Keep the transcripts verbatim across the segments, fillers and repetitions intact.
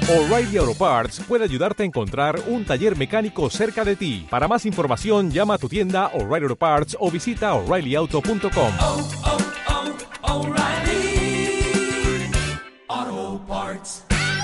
O'Reilly Auto Parts puede ayudarte a encontrar un taller mecánico cerca de ti. Para más información, llama a tu tienda O'Reilly Auto Parts o visita O'Reilly Auto punto com. Oh, oh, oh, O'Reilly Auto Parts.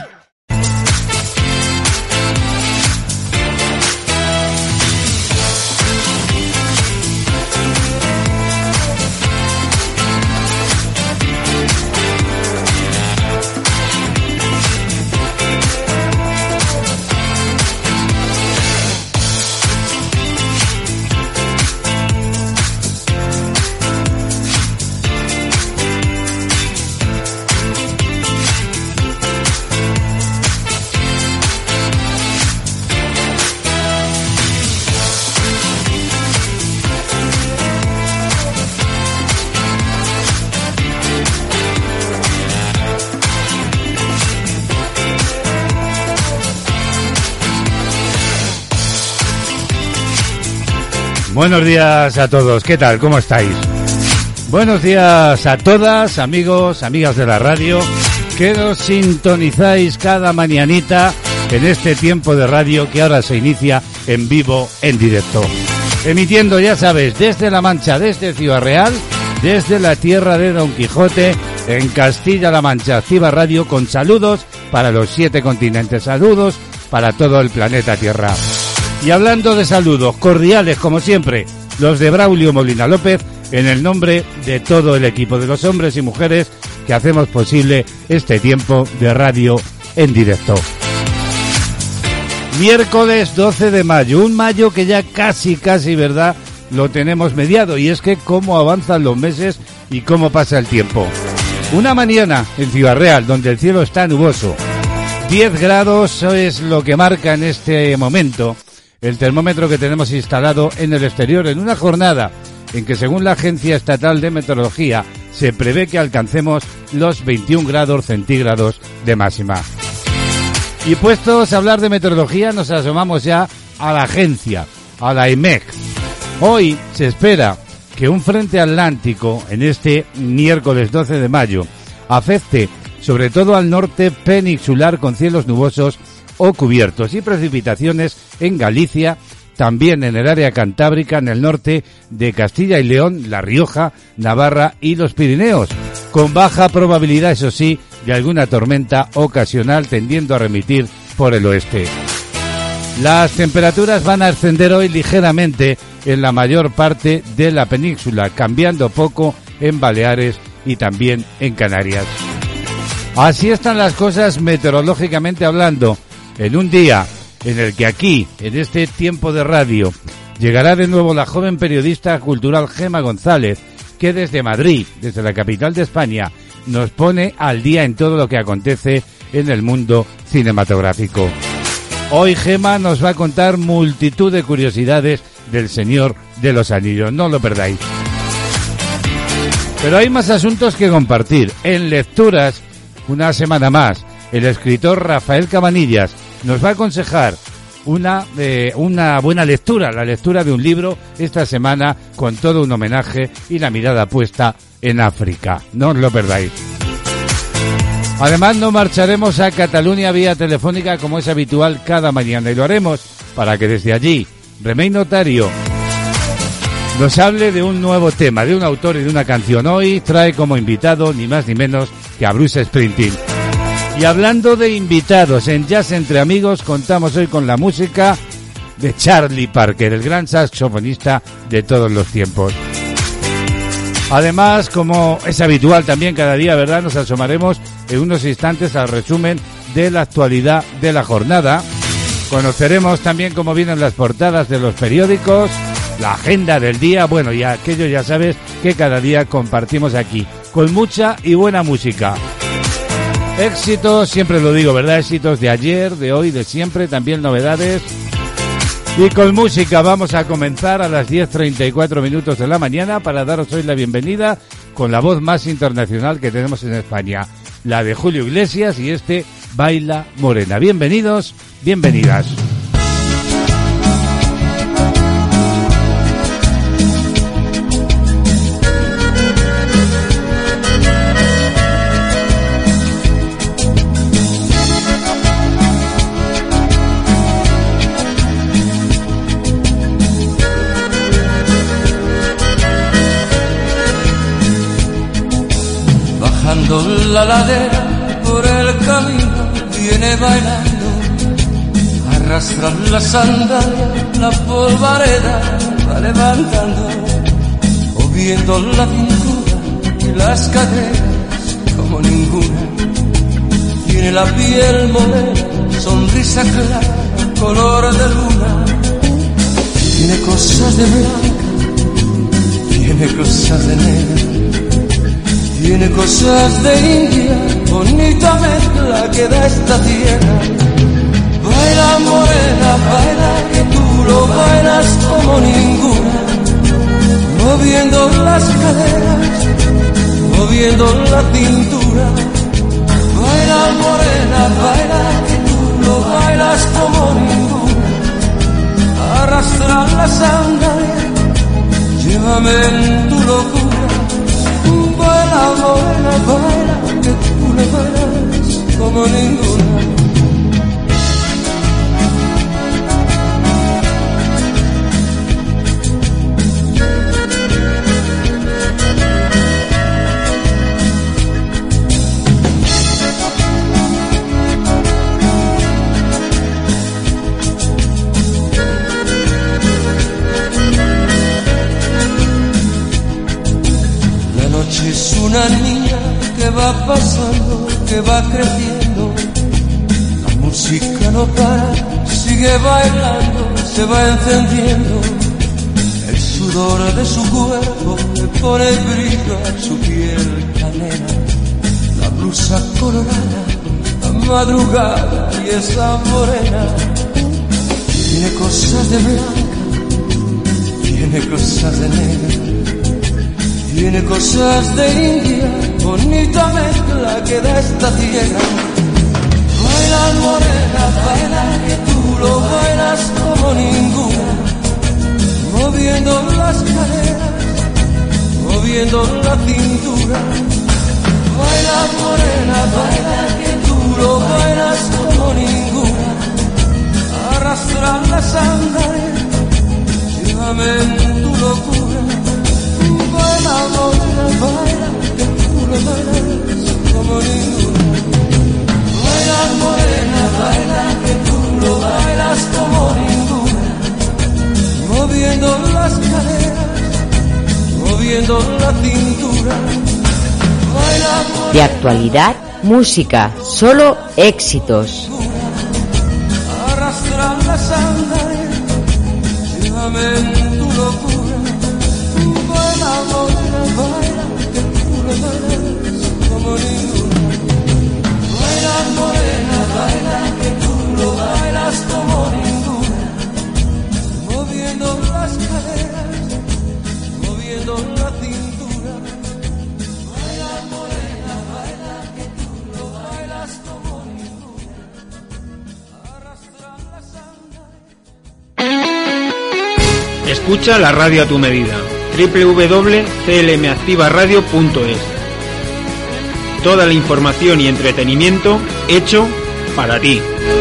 Buenos días a todos, ¿qué tal? ¿Cómo estáis? Buenos días a todas, amigos, amigas de la radio, que nos sintonizáis cada mañanita en este tiempo de radio que ahora se inicia en vivo, en directo. Emitiendo, ya sabes, desde La Mancha, desde Ciudad Real, desde la tierra de Don Quijote, en Castilla-La Mancha, Activa Radio, con saludos para los siete continentes, saludos para todo el planeta Tierra. Y hablando de saludos cordiales, como siempre, los de Braulio Molina López, en el nombre de todo el equipo, de los hombres y mujeres que hacemos posible este tiempo de radio en directo. Miércoles doce de mayo, un mayo que ya casi, casi, ¿verdad?, lo tenemos mediado, y es que cómo avanzan los meses y cómo pasa el tiempo. Una mañana en Ciudad Real, donde el cielo está nuboso, diez grados es lo que marca en este momento el termómetro que tenemos instalado en el exterior, en una jornada en que, según la Agencia Estatal de Meteorología, se prevé que alcancemos los veintiún grados centígrados de máxima. Y puestos a hablar de meteorología, nos asomamos ya a la agencia, a la I M E C. Hoy se espera que un frente atlántico, en este miércoles doce de mayo, afecte sobre todo al norte peninsular, con cielos nubosos o cubiertos, y precipitaciones en Galicia, también en el área cantábrica, en el norte de Castilla y León, La Rioja, Navarra y los Pirineos, con baja probabilidad, eso sí, de alguna tormenta ocasional tendiendo a remitir por el oeste. Las temperaturas van a ascender hoy ligeramente en la mayor parte de la península, cambiando poco en Baleares y también en Canarias. Así están las cosas meteorológicamente hablando, en un día en el que aquí, en este tiempo de radio, llegará de nuevo la joven periodista cultural Gema González, que desde Madrid, desde la capital de España, nos pone al día en todo lo que acontece en el mundo cinematográfico. Hoy Gema nos va a contar multitud de curiosidades del Señor de los Anillos, no lo perdáis. Pero hay más asuntos que compartir. En lecturas, una semana más, el escritor Rafael Cabanillas nos va a aconsejar una eh, una buena lectura, la lectura de un libro esta semana, con todo un homenaje y la mirada puesta en África. No os lo perdáis. Además, no marcharemos a Cataluña vía telefónica como es habitual cada mañana, y lo haremos para que desde allí Remey Notario nos hable de un nuevo tema, de un autor y de una canción. Hoy trae como invitado ni más ni menos que a Bruce Springsteen. Y hablando de invitados, en Jazz Entre Amigos contamos hoy con la música de Charlie Parker, el gran saxofonista de todos los tiempos. Además, como es habitual también cada día, ¿verdad?, nos asomaremos en unos instantes al resumen de la actualidad de la jornada. Conoceremos también cómo vienen las portadas de los periódicos, la agenda del día, bueno, y aquello ya sabes que cada día compartimos aquí, con mucha y buena música. Éxitos, siempre lo digo, ¿verdad? Éxitos de ayer, de hoy, de siempre, también novedades. Y con música vamos a comenzar a las diez treinta y cuatro minutos de la mañana para daros hoy la bienvenida con la voz más internacional que tenemos en España, la de Julio Iglesias, y este Baila Morena. Bienvenidos, bienvenidas. la ladera, por el camino viene bailando, arrastra la sandalia, la polvareda va levantando, moviendo la cintura y las caderas como ninguna. Tiene la piel morena, sonrisa clara, color de luna. Tiene cosas de blanca, tiene cosas de negra, tiene cosas de India, bonita mezcla que da esta tierra. Baila morena, baila que tú lo bailas como ninguna, moviendo las caderas, moviendo la cintura. Baila morena, baila que tú lo bailas como ninguna, arrastra la sandalia, llévame en tu locura. Baila morena, baila que tú lo bailas como ninguna. Es una niña que va pasando, que va creciendo. La música no para, sigue bailando, se va encendiendo. El sudor de su cuerpo le pone brillo a su piel canela. La blusa colorada, la madrugada y esa morena. Tiene cosas de blanca, tiene cosas de negra, tiene cosas de India, bonita mezcla que da esta tierra. Baila morena, baila que tú lo bailas como ninguna, moviendo las caderas, moviendo la cintura. Baila morena, baila que tú lo bailas como ninguna, arrastra la sandalia, llévame en tu locura. Baila morena, baila que tú lo bailas como ninguna. Baila morena, baila que tú lo bailas como ninguna, moviendo las caderas, moviendo la cintura. Baila morena, de actualidad, música, solo éxitos. arrastra la sandalia, llévame en tu locura. Baila morena, baila que tú lo bailas como ninguna. Baila morena, baila que tú lo bailas como ninguna, moviendo las caderas, moviendo la cintura. Baila morena, baila que tú lo bailas como ninguna, arrastra la sandalia. Escucha la radio a tu medida. doble u doble u doble u punto c l m activa radio punto es. Toda la información y entretenimiento hecho para ti.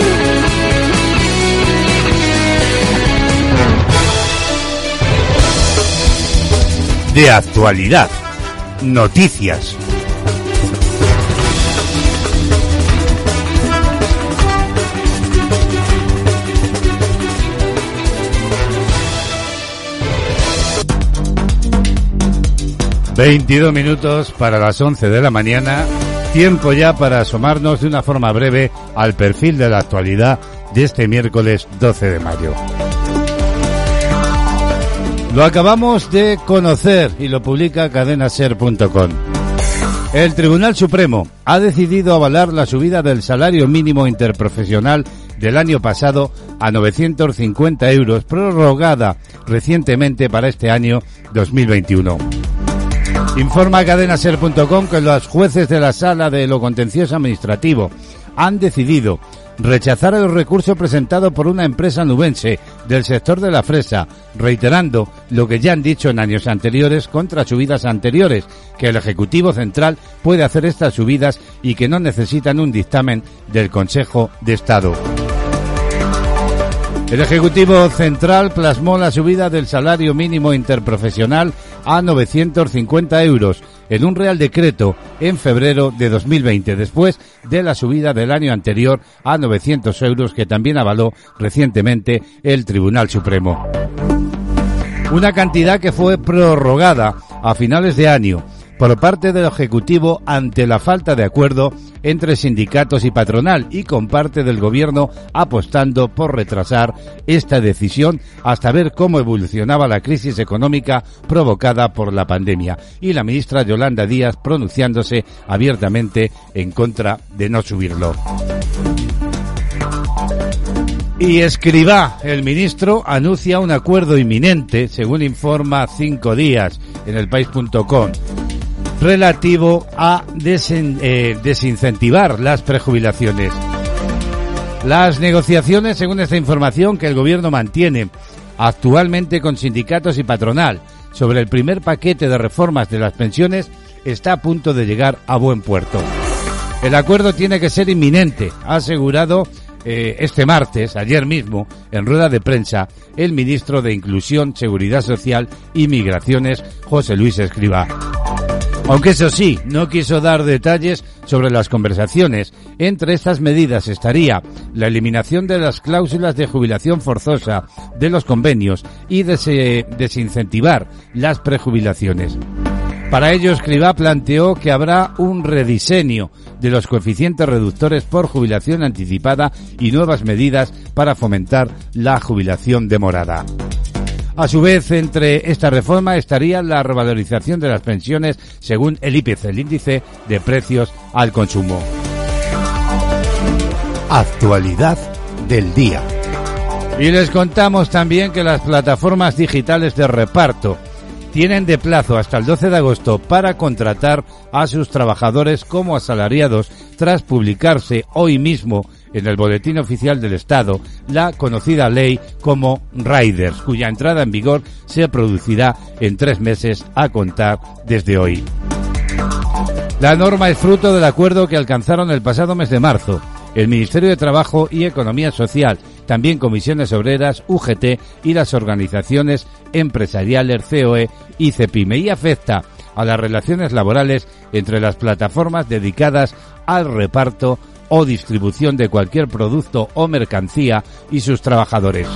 De actualidad, noticias. veintidós minutos para las once de la mañana, tiempo ya para asomarnos de una forma breve al perfil de la actualidad de este miércoles doce de mayo. Lo acabamos de conocer y lo publica cadena ser punto com. El Tribunal Supremo ha decidido avalar la subida del salario mínimo interprofesional del año pasado a novecientos cincuenta euros, prorrogada recientemente para este año dos mil veintiuno. Informa cadena ser punto com que los jueces de la Sala de lo Contencioso Administrativo han decidido rechazar el recurso presentado por una empresa nubense del sector de la fresa, reiterando lo que ya han dicho en años anteriores contra subidas anteriores, que el Ejecutivo Central puede hacer estas subidas y que no necesitan un dictamen del Consejo de Estado. El Ejecutivo Central plasmó la subida del salario mínimo interprofesional a novecientos cincuenta euros, en un Real Decreto en febrero de dos mil veinte, después de la subida del año anterior a novecientos euros que también avaló recientemente el Tribunal Supremo. Una cantidad que fue prorrogada a finales de año por parte del Ejecutivo ante la falta de acuerdo entre sindicatos y patronal, y con parte del Gobierno apostando por retrasar esta decisión hasta ver cómo evolucionaba la crisis económica provocada por la pandemia, y la ministra Yolanda Díaz pronunciándose abiertamente en contra de no subirlo. Y Escrivá, el ministro, anuncia un acuerdo inminente, según informa Cinco Días en el país punto com, relativo a desen, eh, desincentivar las prejubilaciones. Las negociaciones, según esta información que el Gobierno mantiene actualmente con sindicatos y patronal sobre el primer paquete de reformas de las pensiones, está a punto de llegar a buen puerto. El acuerdo tiene que ser inminente, ha asegurado eh, este martes, ayer mismo, en rueda de prensa, el ministro de Inclusión, Seguridad Social y Migraciones, José Luis Escrivá. Aunque eso sí, no quiso dar detalles sobre las conversaciones. Entre estas medidas estaría la eliminación de las cláusulas de jubilación forzosa de los convenios y des- desincentivar las prejubilaciones. Para ello, Escrivá planteó que habrá un rediseño de los coeficientes reductores por jubilación anticipada y nuevas medidas para fomentar la jubilación demorada. A su vez, entre esta reforma estaría la revalorización de las pensiones según el I P C, el índice de precios al consumo. Actualidad del día. Y les contamos también que las plataformas digitales de reparto tienen de plazo hasta el doce de agosto para contratar a sus trabajadores como asalariados tras publicarse hoy mismo en el Boletín Oficial del Estado la conocida ley como Riders, cuya entrada en vigor se producirá en tres meses a contar desde hoy. La norma es fruto del acuerdo que alcanzaron el pasado mes de marzo el Ministerio de Trabajo y Economía Social, también Comisiones Obreras, U G T y las organizaciones empresariales C O E y CEPIME, y afecta a las relaciones laborales entre las plataformas dedicadas al reparto o distribución de cualquier producto o mercancía y sus trabajadores.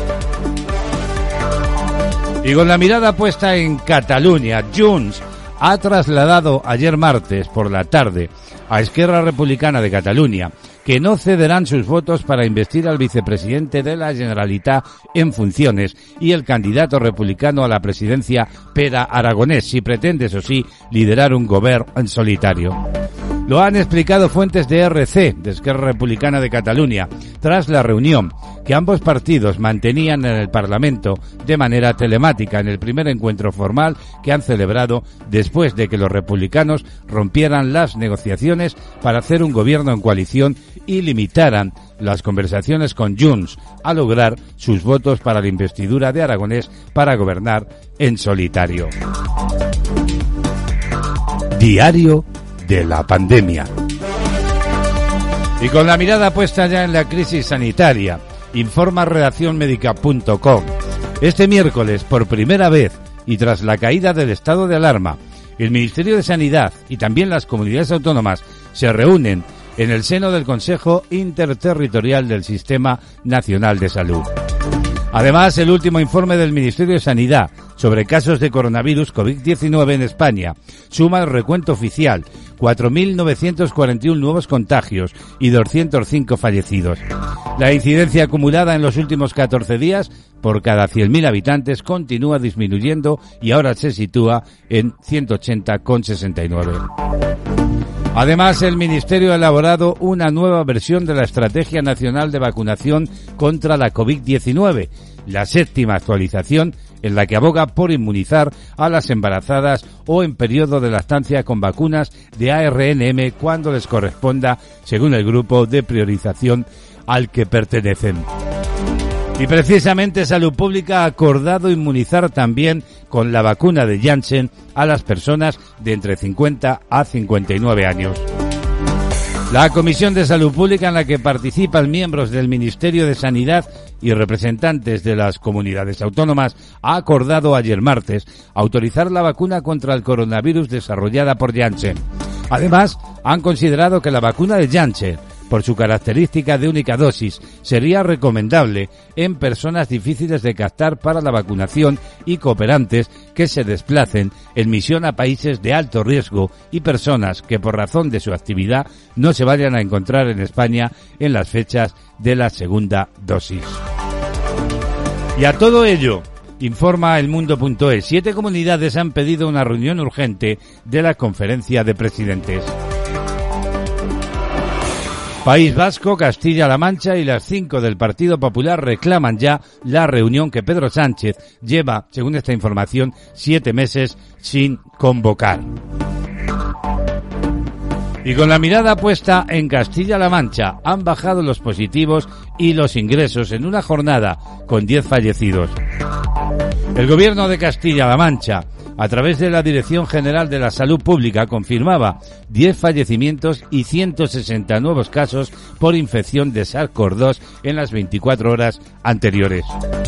Y con la mirada puesta en Cataluña, Junts ha trasladado ayer martes por la tarde a Esquerra Republicana de Cataluña que no cederán sus votos para investir al vicepresidente de la Generalitat en funciones y el candidato republicano a la presidencia, Pere Aragonès, si pretende, eso sí, liderar un gobierno en solitario. Lo han explicado fuentes de R C, de Esquerra Republicana de Cataluña, tras la reunión que ambos partidos mantenían en el Parlamento de manera telemática en el primer encuentro formal que han celebrado después de que los republicanos rompieran las negociaciones para hacer un gobierno en coalición y limitaran las conversaciones con Junts a lograr sus votos para la investidura de Aragonès para gobernar en solitario. Diario de la pandemia. Y con la mirada puesta ya en la crisis sanitaria, informa redacción médica punto com. Este miércoles, por primera vez y tras la caída del estado de alarma, el Ministerio de Sanidad y también las comunidades autónomas se reúnen en el seno del Consejo Interterritorial del Sistema Nacional de Salud. Además, el último informe del Ministerio de Sanidad sobre casos de coronavirus COVID diecinueve en España suma el recuento oficial cuatro mil novecientos cuarenta y uno nuevos contagios y doscientos cinco fallecidos. La incidencia acumulada en los últimos catorce días por cada cien mil habitantes continúa disminuyendo y ahora se sitúa en ciento ochenta coma sesenta y nueve. Además, el Ministerio ha elaborado una nueva versión de la Estrategia Nacional de Vacunación contra la COVID diecinueve, la séptima actualización en la que aboga por inmunizar a las embarazadas o en periodo de lactancia con vacunas de A R N M cuando les corresponda, según el grupo de priorización al que pertenecen. Y precisamente Salud Pública ha acordado inmunizar también con la vacuna de Janssen a las personas de entre cincuenta a cincuenta y nueve años. La Comisión de Salud Pública, en la que participan miembros del Ministerio de Sanidad y representantes de las comunidades autónomas, ha acordado ayer martes autorizar la vacuna contra el coronavirus desarrollada por Janssen. Además, han considerado que la vacuna de Janssen, por su característica de única dosis, sería recomendable en personas difíciles de captar para la vacunación y cooperantes que se desplacen en misión a países de alto riesgo y personas que por razón de su actividad no se vayan a encontrar en España en las fechas de la segunda dosis. Y a todo ello, informa elmundo punto es, siete comunidades han pedido una reunión urgente de la Conferencia de Presidentes. País Vasco, Castilla-La Mancha y las cinco del Partido Popular reclaman ya la reunión que Pedro Sánchez lleva, según esta información, siete meses sin convocar. Y con la mirada puesta en Castilla-La Mancha, han bajado los positivos y los ingresos en una jornada con diez fallecidos. El Gobierno de Castilla-La Mancha, a través de la Dirección General de la Salud Pública, confirmaba diez fallecimientos y ciento sesenta nuevos casos por infección de SARS-CoV dos en las veinticuatro horas anteriores.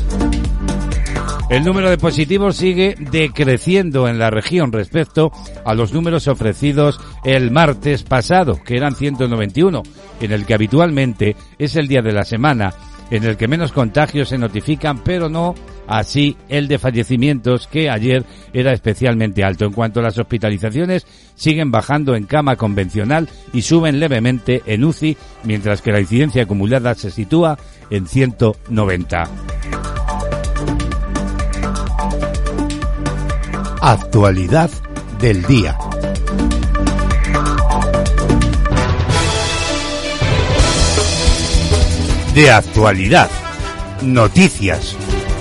El número de positivos sigue decreciendo en la región respecto a los números ofrecidos el martes pasado, que eran ciento noventa y uno, en el que habitualmente es el día de la semana en el que menos contagios se notifican, pero no así el de fallecimientos, que ayer era especialmente alto. En cuanto a las hospitalizaciones, siguen bajando en cama convencional y suben levemente en U C I, mientras que la incidencia acumulada se sitúa en ciento noventa. Actualidad del día. De actualidad, noticias.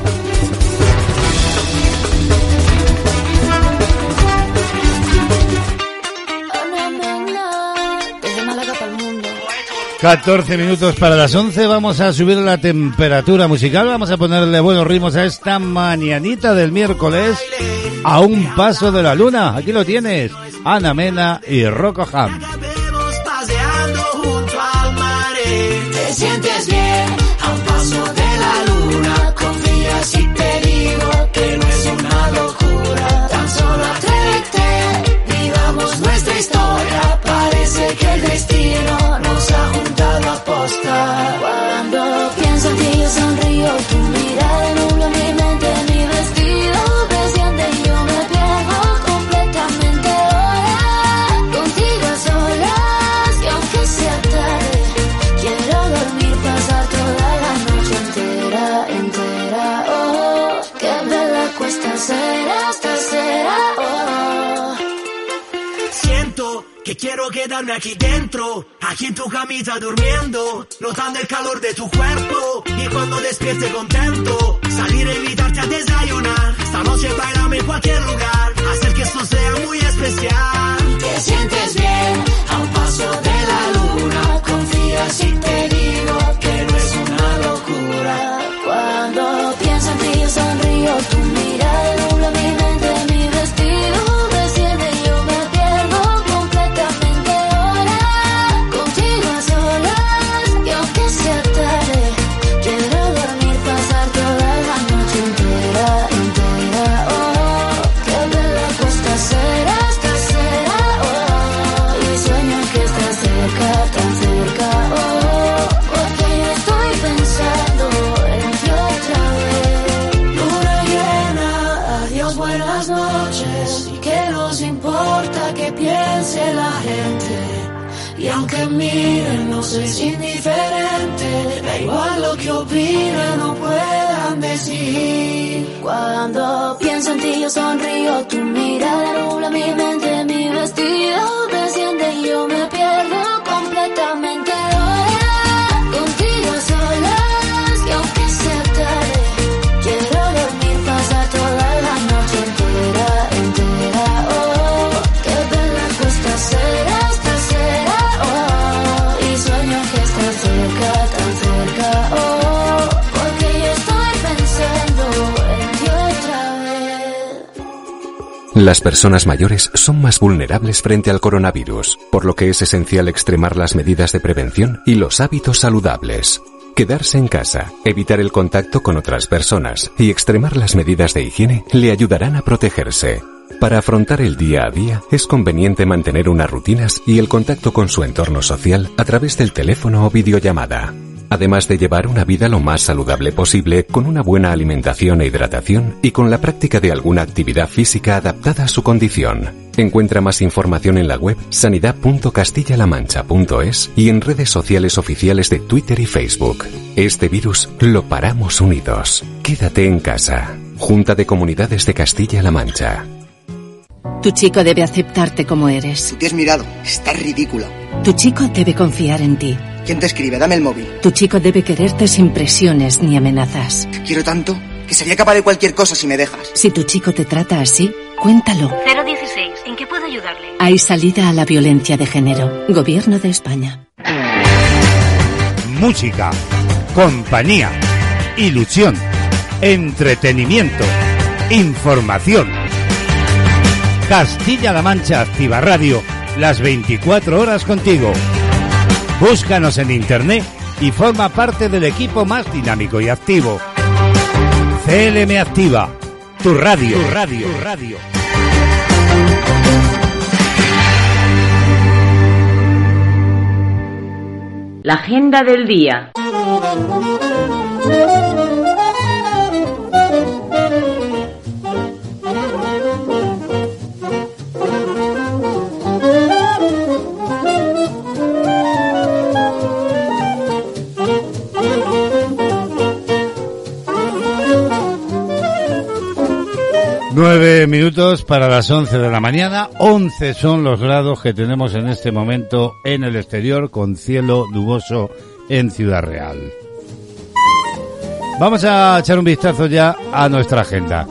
catorce minutos para las once, vamos a subir la temperatura musical, vamos a ponerle buenos ritmos a esta mañanita del miércoles, a un paso de la luna. Aquí lo tienes, Ana Mena y Rocco Ham. Te sientes bien a un paso de la luna, confía si te digo que no es una locura, tan solo atrévete, vivamos nuestra historia, parece que el destino nos ha juntado a posta. Cuando pienso en ti yo sonrío, tu mirada nubla mi mente, mi vestido desciende y yo me pierdo completamente ahora, contigo a solas y aunque sea tarde, quiero dormir, pasar toda la noche entera, entera, oh, que bella cuesta ser esta será, oh. Siento que quiero quedarme aquí dentro, aquí en tu camita durmiendo, notando el calor de tu cuerpo, y cuando despierte contento, salir a invitarte a desayunar, esta noche bailame en cualquier lugar, hacer que esto sea muy especial. Te sientes bien a un paso de la luna, confía si te digo que no es una locura. Cuando pienso en ti yo sonrío, tu mirada nubla mi mente, mi vestido desciende y yo me pierdo completamente ahora, contigo a solas y aunque sea tarde, quiero dormir, pasar toda la noche entera, entera, oh, qué bella cuesta ser esta será, oh, y sueño que estás cerca, tan cerca, oh, porque yo estoy pensando en ti otra vez. Luna llena, adiós, buenas noches, y que nos importa que piense la gente, y aunque miren no soy indiferente, da igual lo que opinen o puedan decir. Cuando pienso en ti yo sonrío, tu mirada nubla mi mente, mi vestido desciende y yo me pierdo completamente ahora, contigo a solas y aunque sea tarde, quiero dormir, pasar toda la noche entera, entera, oh, qué bella cuesta ser esta será, oh, y sueño que estás cerca, tan cerca, oh, porque yo estoy pensando en ti otra vez. Las personas mayores son más vulnerables frente al coronavirus, por lo que es esencial extremar las medidas de prevención y los hábitos saludables. Quedarse en casa, evitar el contacto con otras personas y extremar las medidas de higiene le ayudarán a protegerse. Para afrontar el día a día, es conveniente mantener unas rutinas y el contacto con su entorno social a través del teléfono o videollamada. Además de llevar una vida lo más saludable posible, con una buena alimentación e hidratación y con la práctica de alguna actividad física adaptada a su condición. Encuentra más información en la web sanidad punto castilla la mancha punto es y en redes sociales oficiales de Twitter y Facebook. Este virus lo paramos unidos. Quédate en casa. Junta de Comunidades de Castilla-La Mancha. Tu chico debe aceptarte como eres. Tú te has mirado. Estás ridícula. Tu chico debe confiar en ti. ¿Quién te escribe? Dame el móvil. Tu chico debe quererte sin presiones ni amenazas. Te quiero tanto que sería capaz de cualquier cosa si me dejas. Si tu chico te trata así, cuéntalo. cero dieciséis. ¿En qué puedo ayudarle? Hay salida a la violencia de género. Gobierno de España. Música, compañía, ilusión, entretenimiento, información. Castilla-La Mancha Activa Radio, las veinticuatro horas contigo. Búscanos en internet y forma parte del equipo más dinámico y activo. C L M Activa, tu radio, tu radio, tu radio. La agenda del día. Nueve minutos para las once de la mañana. Once son los grados que tenemos en este momento en el exterior, con cielo nuboso en Ciudad Real. Vamos a echar un vistazo ya a nuestra agenda.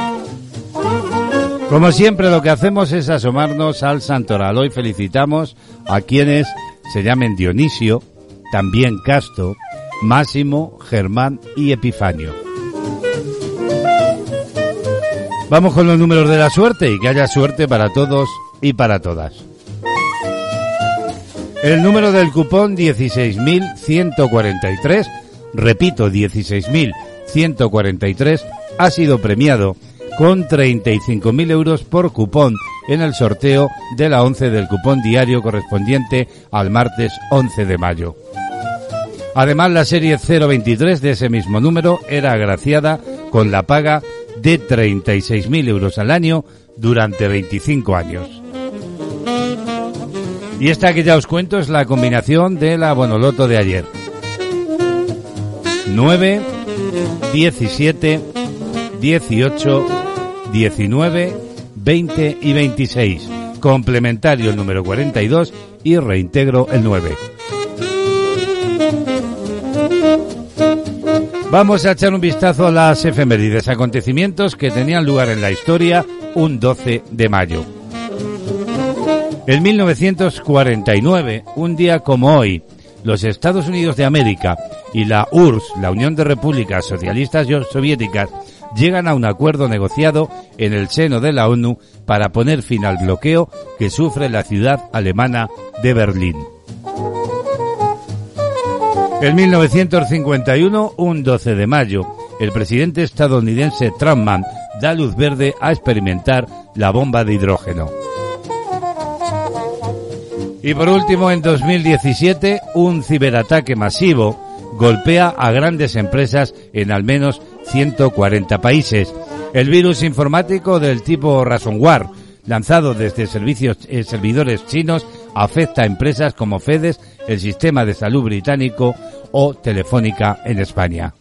Como siempre, lo que hacemos es asomarnos al santoral. Hoy felicitamos a quienes se llamen Dionisio, también Casto, Máximo, Germán y Epifanio. Vamos con los números de la suerte y que haya suerte para todos y para todas. El número del cupón dieciséis mil ciento cuarenta y tres, repito, dieciséis mil ciento cuarenta y tres, ha sido premiado con treinta y cinco mil euros por cupón en el sorteo de la once del cupón diario correspondiente al martes once de mayo. Además, la serie cero veintitrés de ese mismo número era agraciada con la paga de treinta y seis mil euros al año durante veinticinco años. Y esta que ya os cuento es la combinación de la Bonoloto de ayer. nueve, diecisiete, dieciocho, diecinueve, veinte y veintiséis. Complementario el número cuarenta y dos y reintegro el nueve. Vamos a echar un vistazo a las efemérides, acontecimientos que tenían lugar en la historia un doce de mayo. En mil novecientos cuarenta y nueve, un día como hoy, los Estados Unidos de América y la U R S S, la Unión de Repúblicas Socialistas Soviéticas, llegan a un acuerdo negociado en el seno de la ONU para poner fin al bloqueo que sufre la ciudad alemana de Berlín. En mil novecientos cincuenta y uno, un doce de mayo, el presidente estadounidense Truman da luz verde a experimentar la bomba de hidrógeno. Y por último, en dos mil diecisiete, un ciberataque masivo golpea a grandes empresas en al menos ciento cuarenta países. El virus informático del tipo ransomware, lanzado desde servicios eh, servidores chinos, afecta a empresas como FedEx, el Sistema de Salud Británico o Telefónica en España.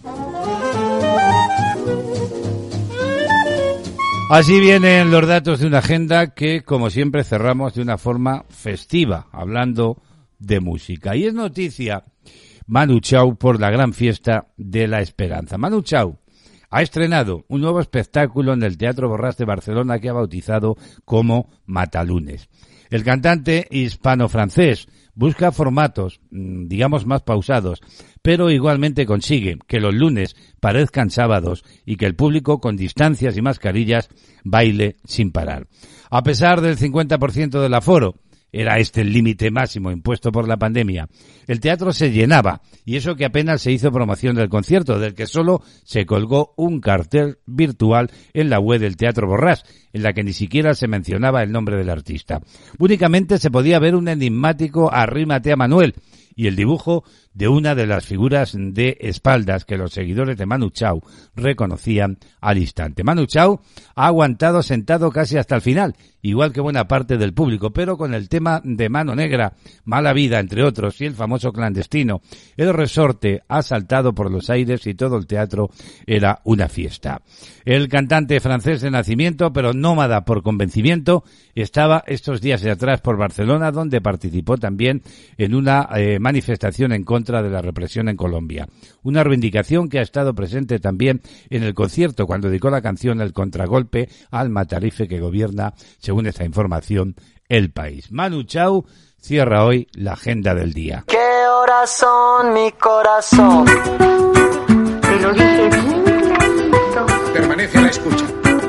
Así vienen los datos de una agenda que, como siempre, cerramos de una forma festiva, hablando de música. Y es noticia Manu Chao por la gran fiesta de la esperanza. Manu Chao ha estrenado un nuevo espectáculo en el Teatro Borràs de Barcelona que ha bautizado como Matalunes. El cantante hispano-francés busca formatos, digamos, más pausados, pero pero igualmente consigue que los lunes parezcan sábados y que el público, con distancias y mascarillas, baile sin parar. A pesar del cincuenta por ciento del aforo, era este el límite máximo impuesto por la pandemia, el teatro se llenaba, y eso que apenas se hizo promoción del concierto, del que solo se colgó un cartel virtual en la web del Teatro Borràs, en la que ni siquiera se mencionaba el nombre del artista. Únicamente se podía ver un enigmático Arrímate a Manuel y el dibujo de una de las figuras de espaldas que los seguidores de Manu Chao reconocían al instante. Manu Chao ha aguantado sentado casi hasta el final, igual que buena parte del público, pero con el tema de Mano Negra, Mala Vida, entre otros, y el famoso Clandestino, el resorte ha saltado por los aires y todo el teatro era una fiesta. El cantante francés de nacimiento, pero nómada por convencimiento, estaba estos días de atrás por Barcelona, donde participó también en una eh, manifestación en contra de la represión en Colombia. Una reivindicación que ha estado presente también en el concierto cuando dedicó la canción El Contragolpe al matarife que gobierna, según esta información, el país. Manu Chao cierra hoy la agenda del día. ¿Qué horas son, mi corazón? Te lo dije bien clarito. Permanece a la escucha.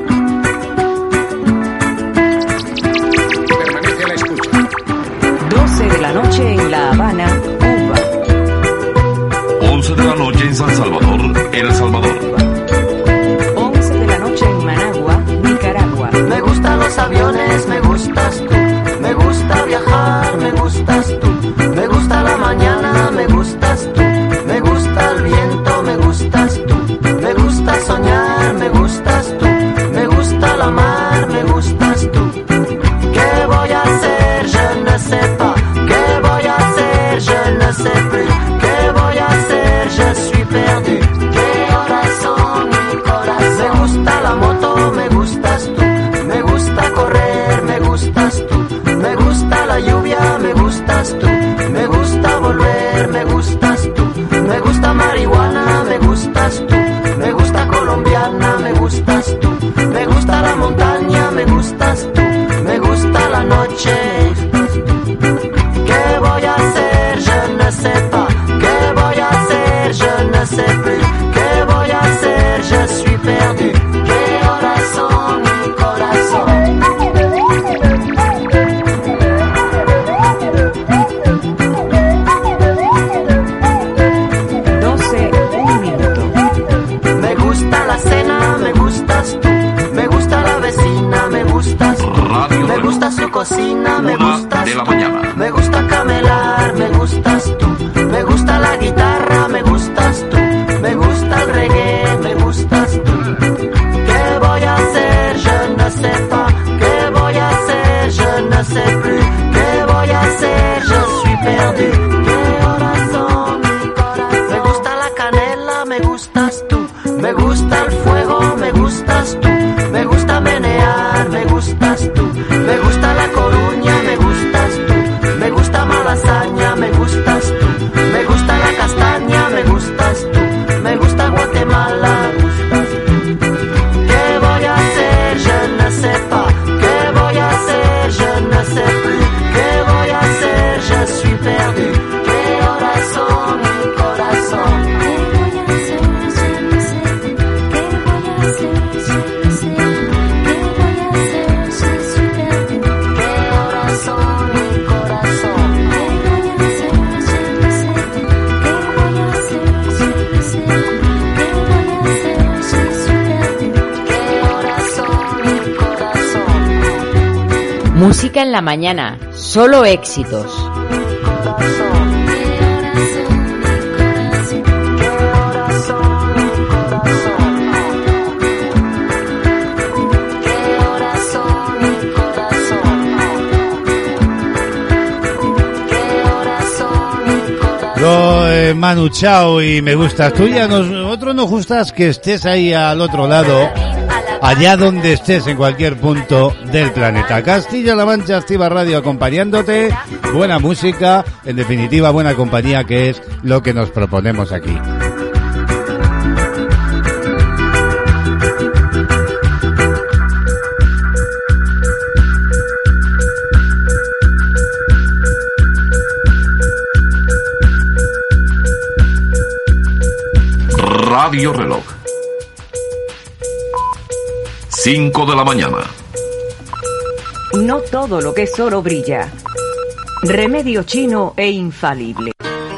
Permanece a la escucha. doce de la noche en La Habana, Cuba. once de la noche en San Salvador, El Salvador. once de la noche en Managua, Nicaragua. Me gustan los aviones, me gustas tú. Me gusta viajar, me gustas tú. Me gusta la mañana, me gustas tú. Me gusta el viento, me gustas tú. Me gusta soñar, me gustas tú. Me gusta la mar, me gustas tú. ¿Qué voy a hacer? Je ne sais pas. ¿Qué voy a hacer? Je ne sais plus. ¿Qué voy a hacer? Je suis perdu. ¿Qué horas son, mi corazón? Me gusta la moto, me gustas tú. Me gusta correr, me gustas tú. Me gusta la lluvia, me gustas tú. Me gusta volver, me gustas tú. Me gusta marihuana, me gustas tú. Me gusta colombiana, me gustas tú. Me gusta la montaña, me gustas tú. Me gusta la noche. ¿Qué voy a hacer? Je ne sais pas. ¿Qué voy a hacer? Je ne sais plus. ¿Qué voy a hacer? Je suis perdu. ¿Qué horas son, mi corazón? doce, un minuto. Me gusta la cena, me gustas tú. Me gusta la vecina, me gustas tú. Radio Me gusta su cocina, me Una gustas de la tú. mañana. Me gusta camelar, me gustas tú. Me gusta la guitarra, me gustas tú. Me gusta el reggae, me gustas tú. ¿Qué voy a hacer? Je ne sais pas. ¿Qué voy a hacer? Je ne sais plus. ¿Qué voy a hacer? Je suis perdu. ¿Qué horas son, mi corazón? Me gusta la canela, me gustas tú. Me gusta el fuego, me gustas tú. Me gusta menear, me gustas tú. Me gusta la Coruña, me gustas tú. Me gusta Malasaña, me gustas tú. Me gusta la castaña, me gustas tú. Me gusta Guatemala, me gustas tú. ¿Qué voy a hacer? Je ne sais pas. ¿Qué voy a hacer? Je ne sais plus. ¿Qué voy a hacer? Je suis perdu. ¿Qué horas son, mi corazón? ¿Qué horas son, mi corazón? ¿Qué horas son, mi corazón? Música en la mañana, solo éxitos. Yo, eh, Manu Chao y me gustas tú, ya nos, otro nos gustas que estés ahí al otro lado, allá donde estés, en cualquier punto del planeta. Castilla-La Mancha Activa Radio acompañándote, buena música, en definitiva buena compañía, que es lo que nos proponemos aquí. Radio Reloj. cinco de la mañana. No todo lo que es oro brilla. Remedio chino e infalible.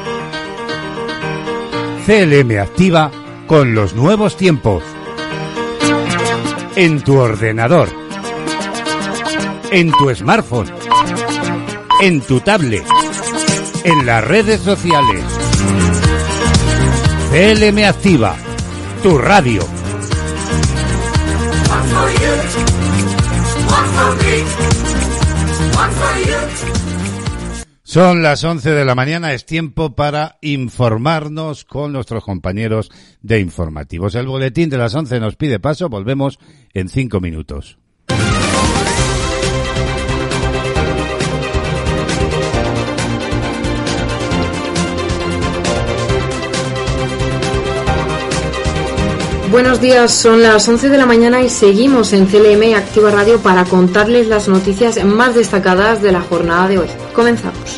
C L M activa con los nuevos tiempos. En tu ordenador. En tu smartphone. En tu tablet. En las redes sociales. C L M activa. Tu radio. Son las once de la mañana, es tiempo para informarnos con nuestros compañeros de informativos. El boletín de las once nos pide paso, volvemos en cinco minutos. Buenos días, son las once de la mañana y seguimos en C L M Activa Radio para contarles las noticias más destacadas de la jornada de hoy. Comenzamos.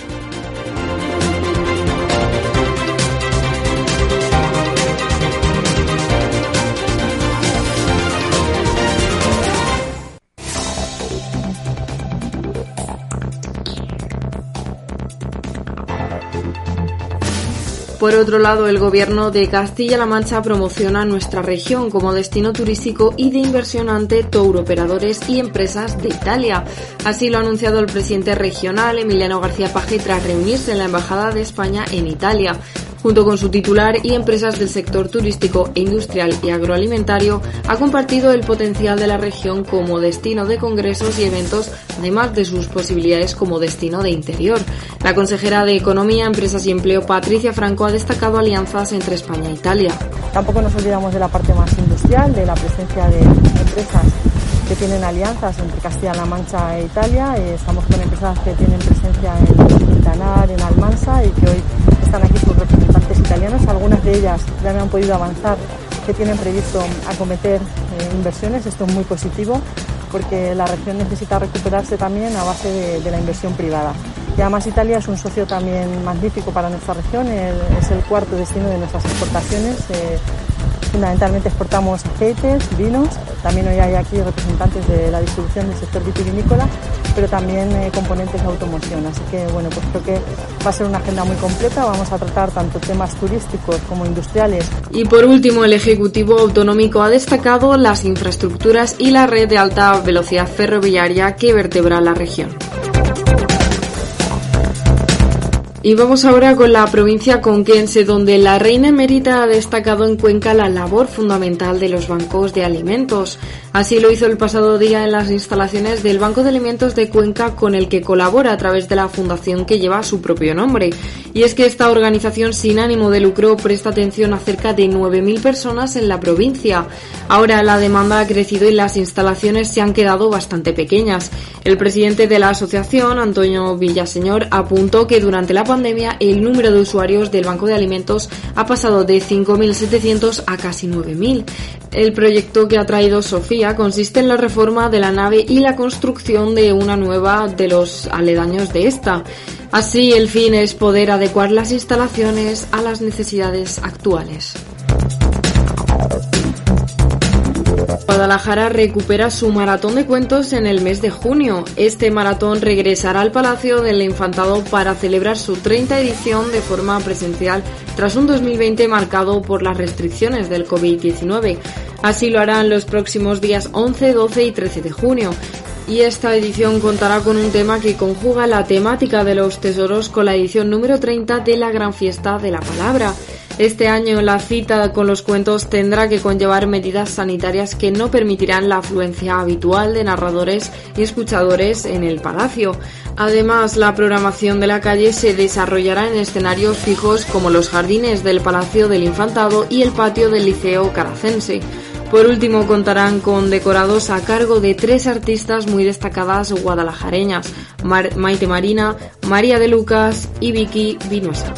Por otro lado, el Gobierno de Castilla-La Mancha promociona nuestra región como destino turístico y de inversión ante touroperadores y empresas de Italia. Así lo ha anunciado el presidente regional, Emiliano García Paje, tras reunirse en la Embajada de España en Italia. Junto con su titular y empresas del sector turístico, industrial y agroalimentario, ha compartido el potencial de la región como destino de congresos y eventos, además de sus posibilidades como destino de interior. La consejera de Economía, Empresas y Empleo, Patricia Franco, ha destacado alianzas entre España e Italia. Tampoco nos olvidamos de la parte más industrial, de la presencia de empresas que tienen alianzas entre Castilla-La Mancha e Italia. Estamos con empresas que tienen presencia en Quintanar, en Almansa, y que hoy están aquí sus representantes italianos. Algunas de ellas ya no han podido avanzar, que tienen previsto acometer eh, inversiones. Esto es muy positivo porque la región necesita recuperarse también a base de, de la inversión privada. Y además Italia es un socio también magnífico para nuestra región, el, es el cuarto destino de nuestras exportaciones. Eh, fundamentalmente exportamos aceites, vinos, también hoy hay aquí representantes de la distribución del sector vitivinícola, pero también eh, componentes de automoción. Así que bueno, pues creo que va a ser una agenda muy completa. Vamos a tratar tanto temas turísticos como industriales. Y por último, el Ejecutivo Autonómico ha destacado las infraestructuras y la red de alta velocidad ferroviaria que vertebra la región. Y vamos ahora con la provincia conquense, donde la reina emérita ha destacado en Cuenca la labor fundamental de los bancos de alimentos. Así lo hizo el pasado día en las instalaciones del Banco de Alimentos de Cuenca, con el que colabora a través de la fundación que lleva su propio nombre. Y es que esta organización sin ánimo de lucro presta atención a cerca de nueve mil personas en la provincia. Ahora la demanda ha crecido y las instalaciones se han quedado bastante pequeñas. El presidente de la asociación, Antonio Villaseñor, apuntó que durante la pandemia el número de usuarios del Banco de Alimentos ha pasado de cinco mil setecientos a casi nueve mil. El proyecto que ha traído Sofía consiste en la reforma de la nave y la construcción de una nueva de los aledaños de esta. Así, el fin es poder adecuar las instalaciones a las necesidades actuales. Guadalajara recupera su maratón de cuentos en el mes de junio. Este maratón regresará al Palacio del Infantado para celebrar su treinta edición de forma presencial tras un dos mil veinte marcado por las restricciones del covid diecinueve. Así lo harán los próximos días once, doce y trece de junio. Y esta edición contará con un tema que conjuga la temática de los tesoros con la edición número treinta de la Gran Fiesta de la Palabra. Este año la cita con los cuentos tendrá que conllevar medidas sanitarias que no permitirán la afluencia habitual de narradores y escuchadores en el palacio. Además, la programación de la calle se desarrollará en escenarios fijos como los jardines del Palacio del Infantado y el patio del Liceo Caracense. Por último, contarán con decorados a cargo de tres artistas muy destacadas guadalajareñas: Mar- Maite Marina, María de Lucas y Vicky Vinuesa.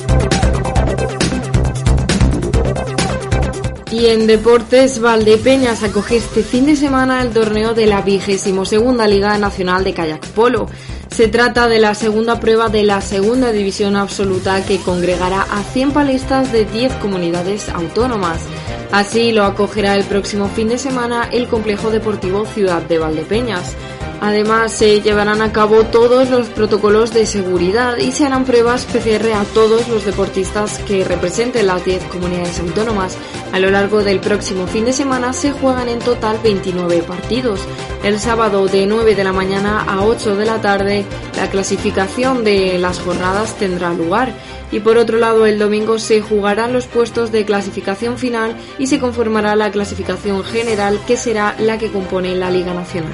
Y en deportes, Valdepeñas acoge este fin de semana el torneo de la vigésimo segunda Liga Nacional de Kayak Polo. Se trata de la segunda prueba de la segunda división absoluta que congregará a cien palistas de diez comunidades autónomas. Así lo acogerá el próximo fin de semana el Complejo Deportivo Ciudad de Valdepeñas. Además, se llevarán a cabo todos los protocolos de seguridad y se harán pruebas P C R a todos los deportistas que representen las diez comunidades autónomas. A lo largo del próximo fin de semana se juegan en total veintinueve partidos. El sábado de nueve de la mañana a ocho de la tarde la clasificación de las jornadas tendrá lugar. Y por otro lado, el domingo se jugarán los puestos de clasificación final y se conformará la clasificación general, que será la que compone la Liga Nacional.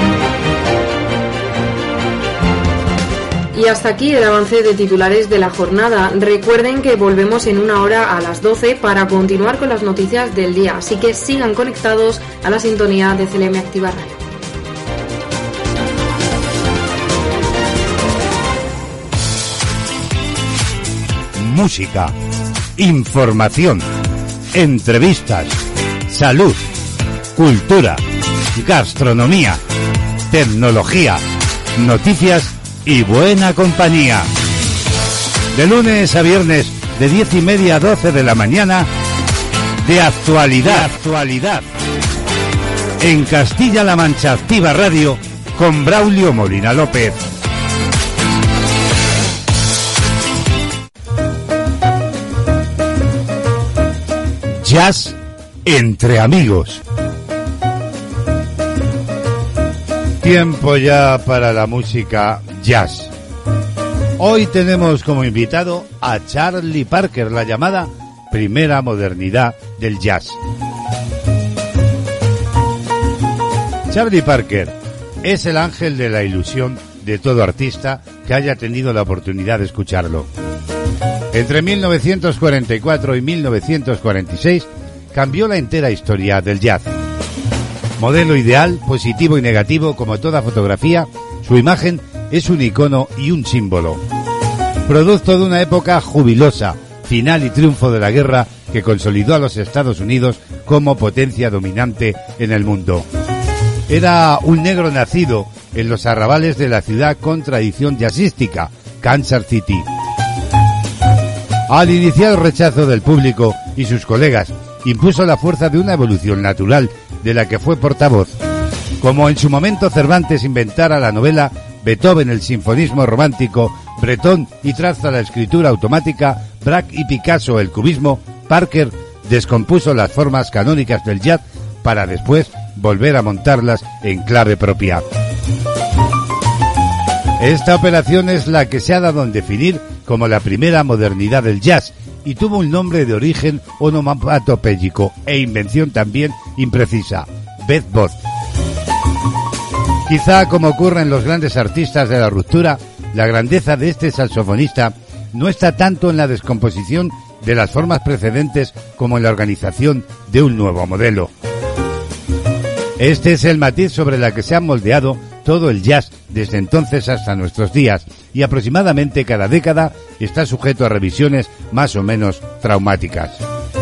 Y hasta aquí el avance de titulares de la jornada. Recuerden que volvemos en una hora a las doce para continuar con las noticias del día, así que sigan conectados a la sintonía de C L M Activa Radio. Música, información, entrevistas, salud, cultura, gastronomía, tecnología, noticias y buena compañía. De lunes a viernes, de diez y media a doce de la mañana, de actualidad, de actualidad. En Castilla-La Mancha Activa Radio, con Braulio Molina López. Jazz entre amigos. Tiempo ya para la música jazz. Hoy tenemos como invitado a Charlie Parker, la llamada primera modernidad del jazz. Charlie Parker es el ángel de la ilusión de todo artista que haya tenido la oportunidad de escucharlo. Entre mil novecientos cuarenta y cuatro y mil novecientos cuarenta y seis cambió la entera historia del jazz. Modelo ideal, positivo y negativo como toda fotografía, su imagen es un icono y un símbolo. Producto de una época jubilosa, final y triunfo de la guerra que consolidó a los Estados Unidos como potencia dominante en el mundo. Era un negro nacido en los arrabales de la ciudad con tradición jazzística, Kansas City. Al iniciar el rechazo del público y sus colegas, impuso la fuerza de una evolución natural de la que fue portavoz. Como en su momento Cervantes inventara la novela, Beethoven el sinfonismo romántico, Breton y traza la escritura automática, Braque y Picasso el cubismo, Parker descompuso las formas canónicas del jazz para después volver a montarlas en clave propia. Esta operación es la que se ha dado en definir como la primera modernidad del jazz y tuvo un nombre de origen onomatopéyico e invención también imprecisa, Beth-Bot. Quizá, como ocurre en los grandes artistas de la ruptura, la grandeza de este saxofonista no está tanto en la descomposición de las formas precedentes como en la organización de un nuevo modelo. Este es el matiz sobre la que se ha moldeado todo el jazz desde entonces hasta nuestros días, y aproximadamente cada década está sujeto a revisiones más o menos traumáticas.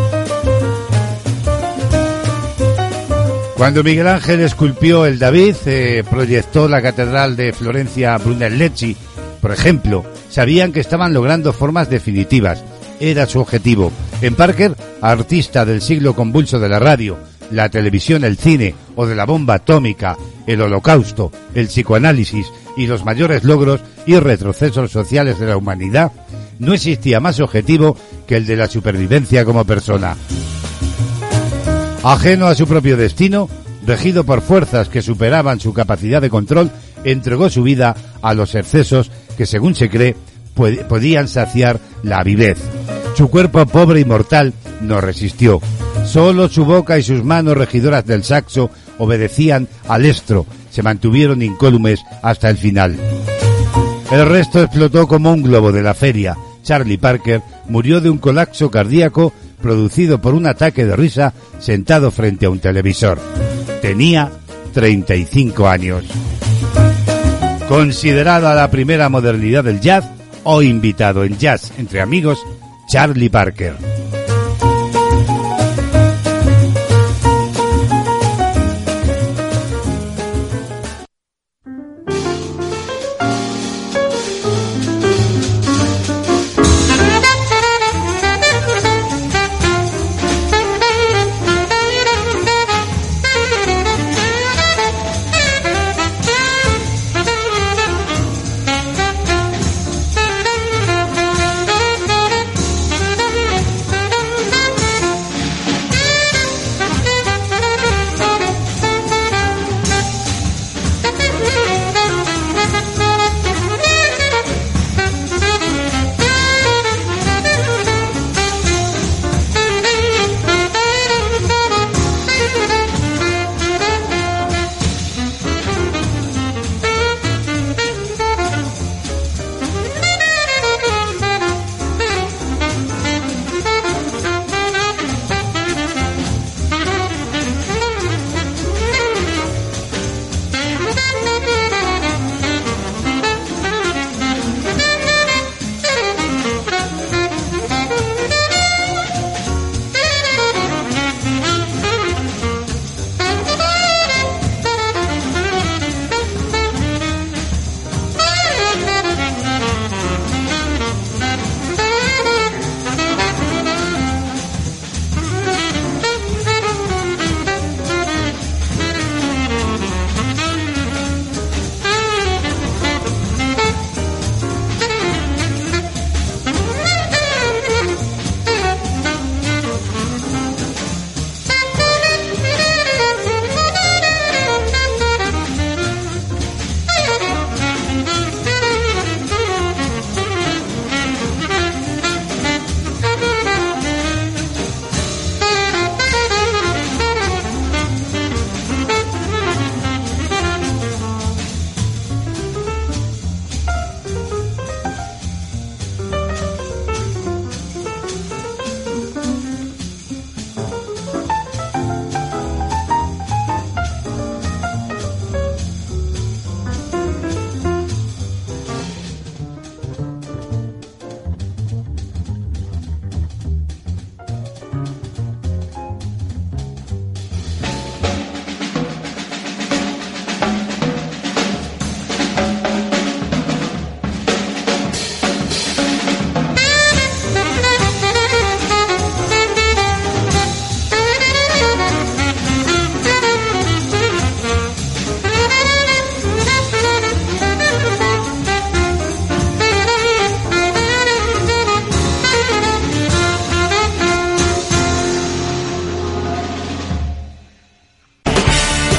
Cuando Miguel Ángel esculpió el David, eh, proyectó la catedral de Florencia Brunelleschi, por ejemplo, sabían que estaban logrando formas definitivas. Era su objetivo. En Parker, artista del siglo convulso de la radio, la televisión, el cine o de la bomba atómica, el holocausto, el psicoanálisis y los mayores logros y retrocesos sociales de la humanidad, no existía más objetivo que el de la supervivencia como persona. Ajeno a su propio destino, regido por fuerzas que superaban su capacidad de control, entregó su vida a los excesos que, según se cree, podían saciar la avidez. Su cuerpo pobre y mortal no resistió. Solo su boca y sus manos regidoras del saxo obedecían al estro, se mantuvieron incólumes hasta el final. El resto explotó como un globo de la feria. Charlie Parker murió de un colapso cardíaco producido por un ataque de risa sentado frente a un televisor. Tenía treinta y cinco años. Considerada la primera modernidad del jazz, hoy invitado en Jazz entre amigos, Charlie Parker.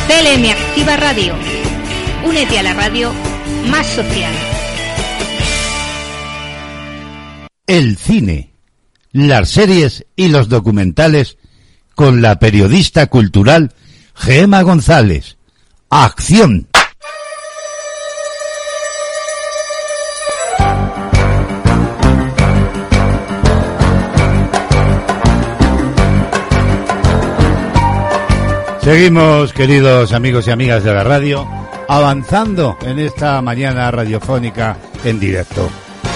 C L M Activa Radio. Únete a la radio más social. El cine, las series y los documentales con la periodista cultural Gema González. ¡Acción! Seguimos, queridos amigos y amigas de la radio, avanzando en esta mañana radiofónica en directo.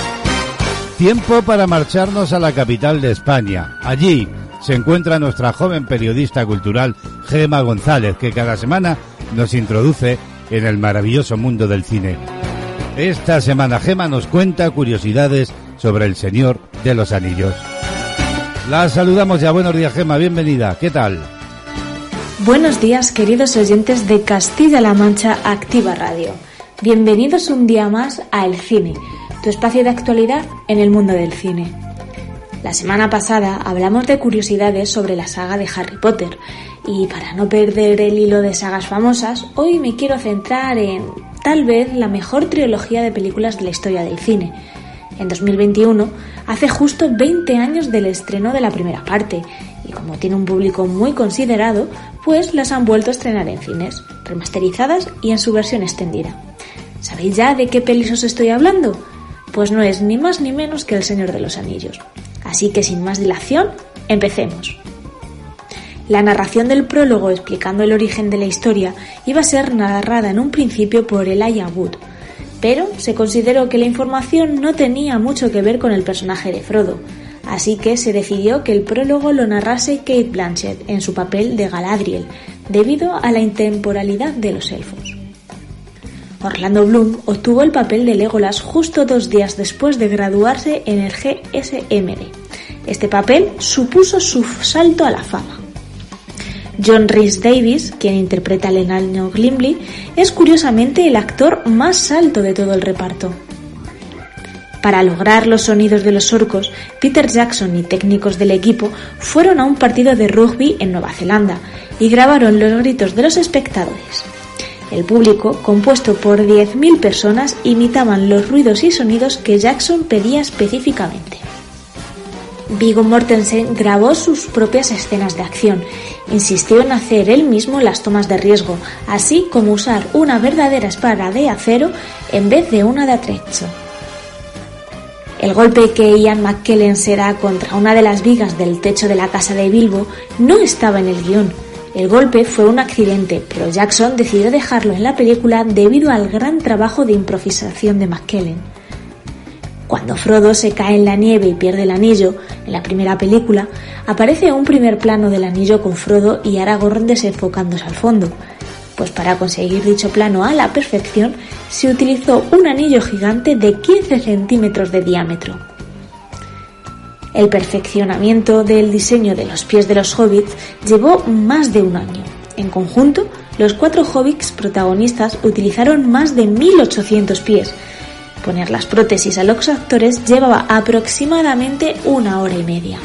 Tiempo para marcharnos a la capital de España. Allí se encuentra nuestra joven periodista cultural Gema González, que cada semana nos introduce en el maravilloso mundo del cine. Esta semana Gema nos cuenta curiosidades sobre El Señor de los Anillos. La saludamos ya. Buenos días, Gema, bienvenida. ¿Qué tal? Buenos días, queridos oyentes de Castilla-La Mancha Activa Radio. Bienvenidos un día más a El Cine, tu espacio de actualidad en el mundo del cine. La semana pasada hablamos de curiosidades sobre la saga de Harry Potter y para no perder el hilo de sagas famosas, hoy me quiero centrar en, tal vez, la mejor trilogía de películas de la historia del cine. En dos mil veintiuno, hace justo veinte años del estreno de la primera parte, y como tiene un público muy considerado, pues las han vuelto a estrenar en cines, remasterizadas y en su versión extendida. ¿Sabéis ya de qué pelis os estoy hablando? Pues no es ni más ni menos que El Señor de los Anillos. Así que sin más dilación, empecemos. La narración del prólogo explicando el origen de la historia iba a ser narrada en un principio por Elijah Wood, pero se consideró que la información no tenía mucho que ver con el personaje de Frodo, así que se decidió que el prólogo lo narrase Cate Blanchett en su papel de Galadriel, debido a la intemporalidad de los elfos. Orlando Bloom obtuvo el papel de Legolas justo dos días después de graduarse en el G S M D. Este papel supuso su salto a la fama. John Rhys Davies, quien interpreta al enano Gimli, es curiosamente el actor más alto de todo el reparto. Para lograr los sonidos de los orcos, Peter Jackson y técnicos del equipo fueron a un partido de rugby en Nueva Zelanda y grabaron los gritos de los espectadores. El público, compuesto por diez mil personas, imitaban los ruidos y sonidos que Jackson pedía específicamente. Viggo Mortensen grabó sus propias escenas de acción, insistió en hacer él mismo las tomas de riesgo, así como usar una verdadera espada de acero en vez de una de atrecho. El golpe que Ian McKellen se da contra una de las vigas del techo de la casa de Bilbo no estaba en el guión. El golpe fue un accidente, pero Jackson decidió dejarlo en la película debido al gran trabajo de improvisación de McKellen. Cuando Frodo se cae en la nieve y pierde el anillo, en la primera película, aparece un primer plano del anillo con Frodo y Aragorn desenfocándose al fondo. Pues para conseguir dicho plano a la perfección, se utilizó un anillo gigante de quince centímetros de diámetro. El perfeccionamiento del diseño de los pies de los hobbits llevó más de un año. En conjunto, los cuatro hobbits protagonistas utilizaron más de mil ochocientos pies. Poner las prótesis a los actores llevaba aproximadamente una hora y media.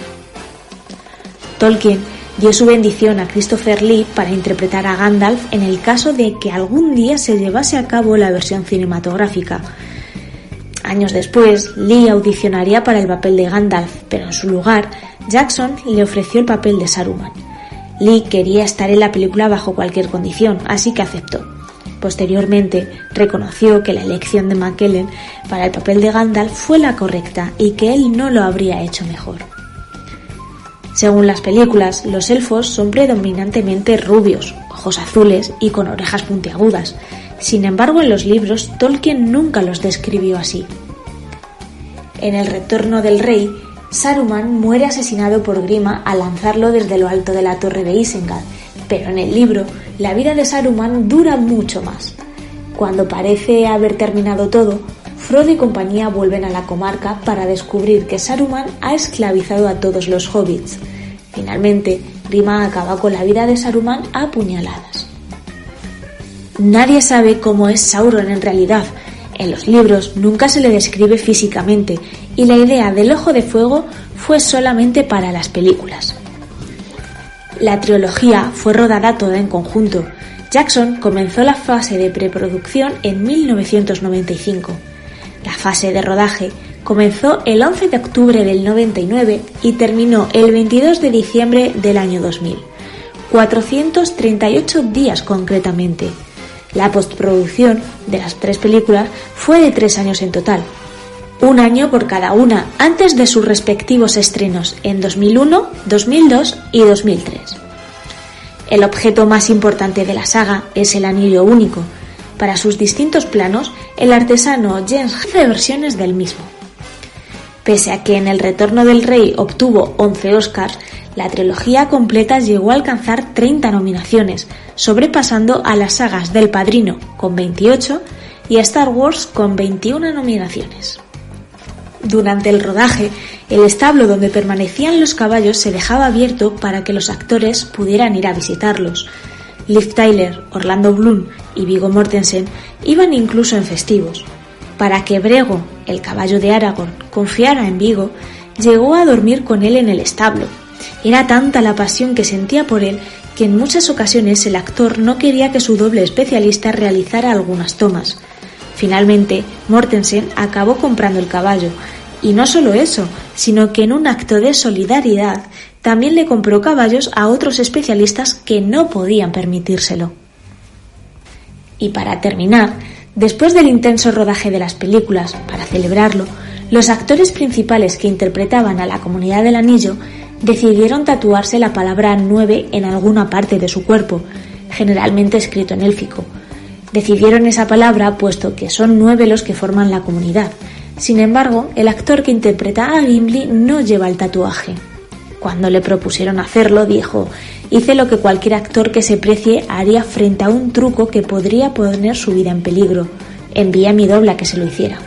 Tolkien dio su bendición a Christopher Lee para interpretar a Gandalf en el caso de que algún día se llevase a cabo la versión cinematográfica. Años después, Lee audicionaría para el papel de Gandalf, pero en su lugar, Jackson le ofreció el papel de Saruman. Lee quería estar en la película bajo cualquier condición, así que aceptó. Posteriormente, reconoció que la elección de McKellen para el papel de Gandalf fue la correcta y que él no lo habría hecho mejor. Según las películas, los elfos son predominantemente rubios, ojos azules y con orejas puntiagudas. Sin embargo, en los libros, Tolkien nunca los describió así. En El Retorno del Rey, Saruman muere asesinado por Grima al lanzarlo desde lo alto de la torre de Isengard, pero en el libro, la vida de Saruman dura mucho más. Cuando parece haber terminado todo, Frodo y compañía vuelven a la comarca para descubrir que Saruman ha esclavizado a todos los hobbits. Finalmente, Grima acaba con la vida de Saruman a puñaladas. Nadie sabe cómo es Sauron en realidad. En los libros nunca se le describe físicamente y la idea del Ojo de Fuego fue solamente para las películas. La trilogía fue rodada toda en conjunto. Jackson comenzó la fase de preproducción en mil novecientos noventa y cinco. La fase de rodaje comenzó el once de octubre del noventa y nueve y terminó el veintidós de diciembre del año dos mil. cuatrocientos treinta y ocho días concretamente. La postproducción de las tres películas fue de tres años en total. Un año por cada una antes de sus respectivos estrenos en dos mil uno, dos mil dos y dos mil tres. El objeto más importante de la saga es el anillo único. Para sus distintos planos, el artesano James hace versiones del mismo. Pese a que en El Retorno del Rey obtuvo once Oscars, la trilogía completa llegó a alcanzar treinta nominaciones, sobrepasando a las sagas del Padrino con veintiocho y a Star Wars con veintiuna nominaciones. Durante el rodaje, el establo donde permanecían los caballos se dejaba abierto para que los actores pudieran ir a visitarlos. Liv Tyler, Orlando Bloom y Viggo Mortensen iban incluso en festivos. Para que Brego, el caballo de Aragorn, confiara en Viggo, llegó a dormir con él en el establo. Era tanta la pasión que sentía por él que en muchas ocasiones el actor no quería que su doble especialista realizara algunas tomas. Finalmente, Mortensen acabó comprando el caballo, y no solo eso, sino que en un acto de solidaridad también le compró caballos a otros especialistas que no podían permitírselo. Y para terminar, después del intenso rodaje de las películas, para celebrarlo, los actores principales que interpretaban a la Comunidad del Anillo decidieron tatuarse la palabra nueve en alguna parte de su cuerpo, generalmente escrito en élfico. Decidieron esa palabra puesto que son nueve los que forman la comunidad. Sin embargo, el actor que interpreta a Gimli no lleva el tatuaje. Cuando le propusieron hacerlo, dijo: hice lo que cualquier actor que se precie haría frente a un truco que podría poner su vida en peligro. Envié a mi doble a que se lo hiciera.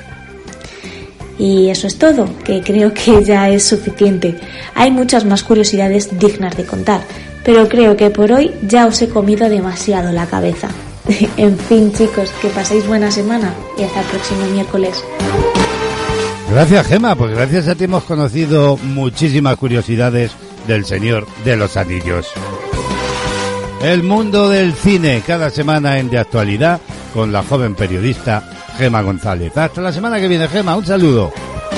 Y eso es todo, que creo que ya es suficiente. Hay muchas más curiosidades dignas de contar, pero creo que por hoy ya os he comido demasiado la cabeza. En fin, chicos, que paséis buena semana y hasta el próximo miércoles. Gracias, Gema, pues gracias a ti hemos conocido muchísimas curiosidades del Señor de los Anillos. El mundo del cine, cada semana en De Actualidad, con la joven periodista Gema González. Hasta la semana que viene, Gema, un saludo.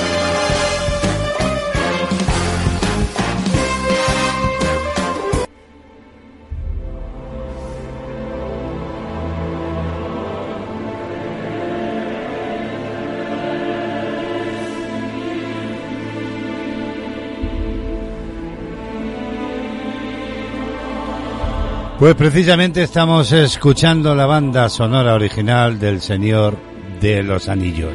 Pues precisamente estamos escuchando la banda sonora original del Señor de los Anillos.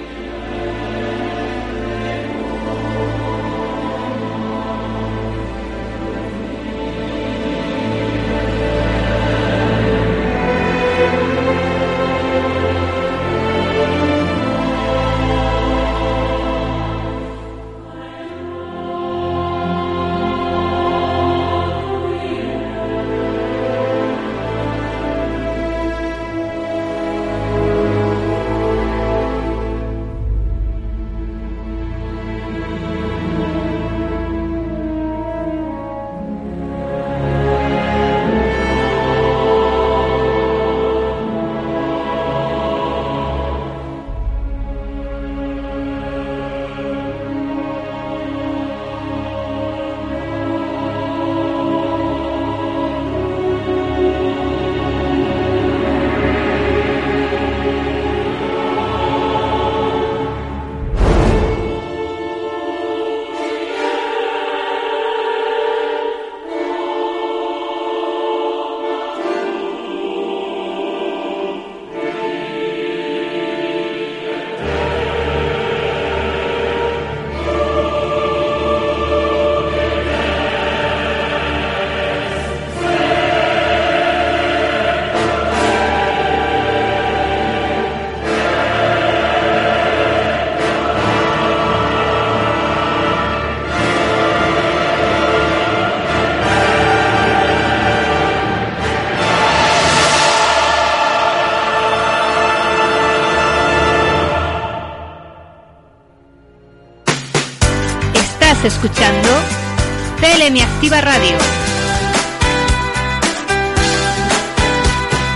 Escuchando C L M Activa Radio.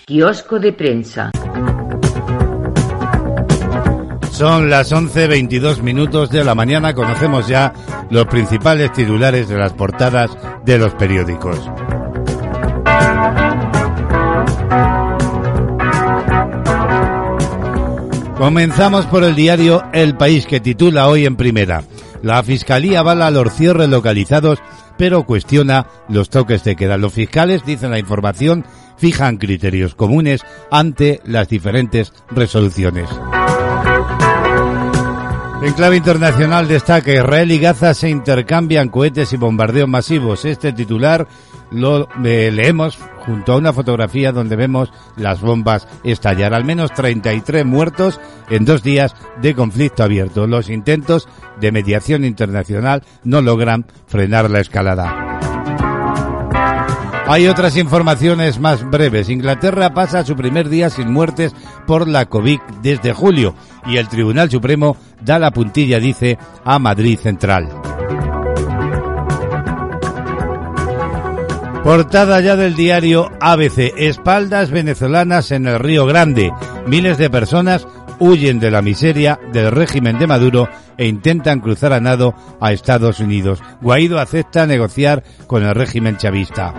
Kiosco de prensa. Son las once veintidós minutos de la mañana. Conocemos ya los principales titulares de las portadas de los periódicos. Comenzamos por el diario El País, que titula hoy en primera: la Fiscalía avala a los cierres localizados, pero cuestiona los toques de queda. Los fiscales, dicen la información, fijan criterios comunes ante las diferentes resoluciones. En clave internacional destaca: Israel y Gaza se intercambian cohetes y bombardeos masivos. Este titular lo eh, leemos junto a una fotografía donde vemos las bombas estallar. Al menos treinta y tres muertos en dos días de conflicto abierto. Los intentos de mediación internacional no logran frenar la escalada. Hay otras informaciones más breves. Inglaterra pasa su primer día sin muertes por la COVID desde julio y el Tribunal Supremo da la puntilla, dice, a Madrid Central. Portada ya del diario A B C: espaldas venezolanas en el Río Grande. Miles de personas huyen de la miseria del régimen de Maduro e intentan cruzar a nado a Estados Unidos. Guaidó acepta negociar con el régimen chavista.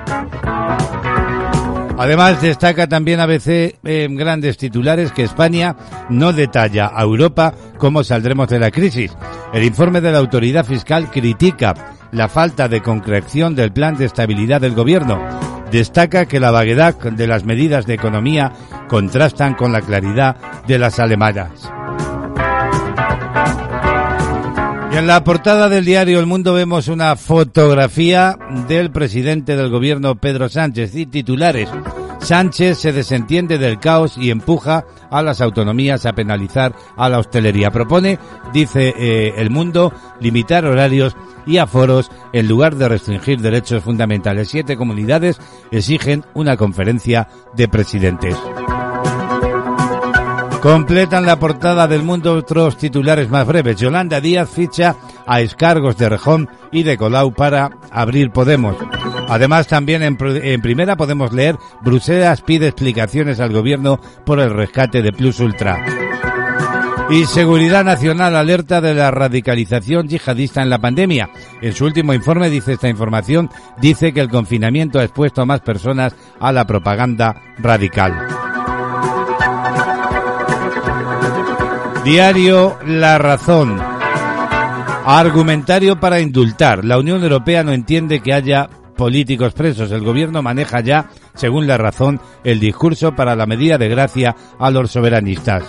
Además, destaca también A B C en grandes titulares que España no detalla a Europa cómo saldremos de la crisis. El informe de la autoridad fiscal critica la falta de concreción del plan de estabilidad del gobierno. Destaca que la vaguedad de las medidas de economía contrastan con la claridad de las alemanas. Y en la portada del diario El Mundo vemos una fotografía del presidente del gobierno, Pedro Sánchez, y titulares: Sánchez se desentiende del caos y empuja a las autonomías a penalizar a la hostelería. Propone, dice eh, El Mundo, limitar horarios y aforos en lugar de restringir derechos fundamentales. Siete comunidades exigen una conferencia de presidentes. Completan la portada del Mundo otros titulares más breves. Yolanda Díaz ficha a excargos de Rejón y de Colau para abrir Podemos. Además, también en, en primera podemos leer: Bruselas pide explicaciones al gobierno por el rescate de Plus Ultra. Y Seguridad Nacional alerta de la radicalización yihadista en la pandemia. En su último informe, dice esta información, dice que el confinamiento ha expuesto a más personas a la propaganda radical. Diario La Razón. Argumentario para indultar. La Unión Europea no entiende que haya políticos presos. El gobierno maneja ya, según La Razón, el discurso para la medida de gracia a los soberanistas.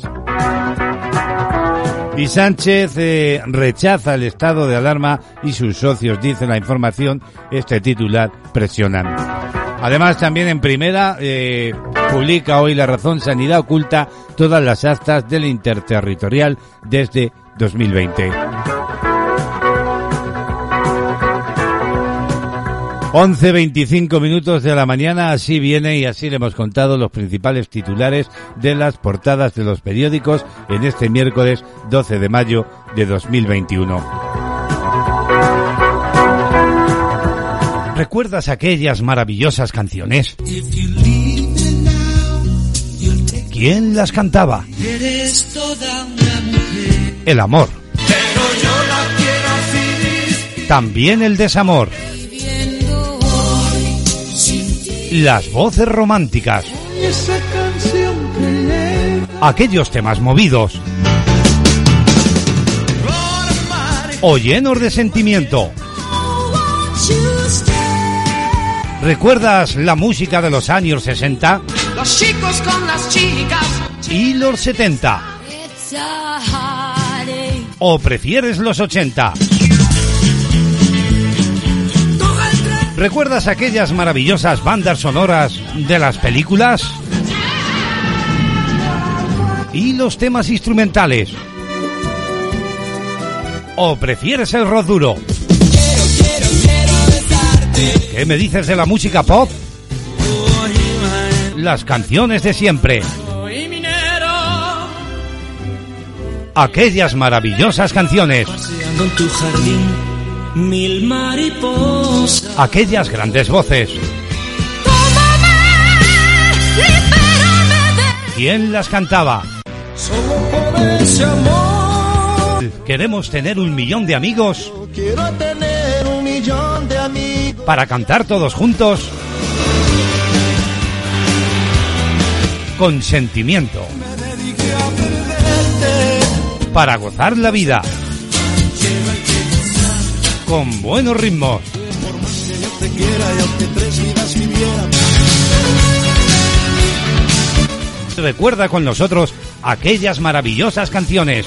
Y Sánchez eh, rechaza el estado de alarma y sus socios, dice la información. Este titular presionan. Además, también en primera eh, publica hoy La Razón: Sanidad oculta todas las actas del interterritorial desde dos mil veinte. once veinticinco minutos de la mañana, así viene y así le hemos contado los principales titulares de las portadas de los periódicos en este miércoles doce de mayo de dos mil veintiuno. ¿Recuerdas aquellas maravillosas canciones? ¿Quién las cantaba? Eres toda una mujer. El amor. Pero yo la quiero feliz. También el desamor. Viviendo hoy sin ti. Las voces románticas. Esa canción que lleva. Aquellos temas movidos. O llenos de sentimiento. ¿Recuerdas la música de los años sesenta? Los chicos con las chicas. ¿Y los setenta? ¿O prefieres los ochenta? ¿Recuerdas aquellas maravillosas bandas sonoras de las películas? ¿Y los temas instrumentales? ¿O prefieres el rock duro? Quiero, quiero, quiero besarte. ¿Qué me dices de la música pop? Las canciones de siempre. Aquellas maravillosas canciones. Paseando en tu jardín, mil mariposas. Aquellas grandes voces. Tómame, libérame. ¿Quién las cantaba? Solo por ese amor. Queremos tener un millón de amigos. Quiero tener un millón de amigos. Para cantar todos juntos. Con sentimiento. Me dediqué a perderte. Para gozar la vida. Con buenos ritmos. Por más que yo te quiera y aunque tres vidas viviera. Recuerda con nosotros aquellas maravillosas canciones.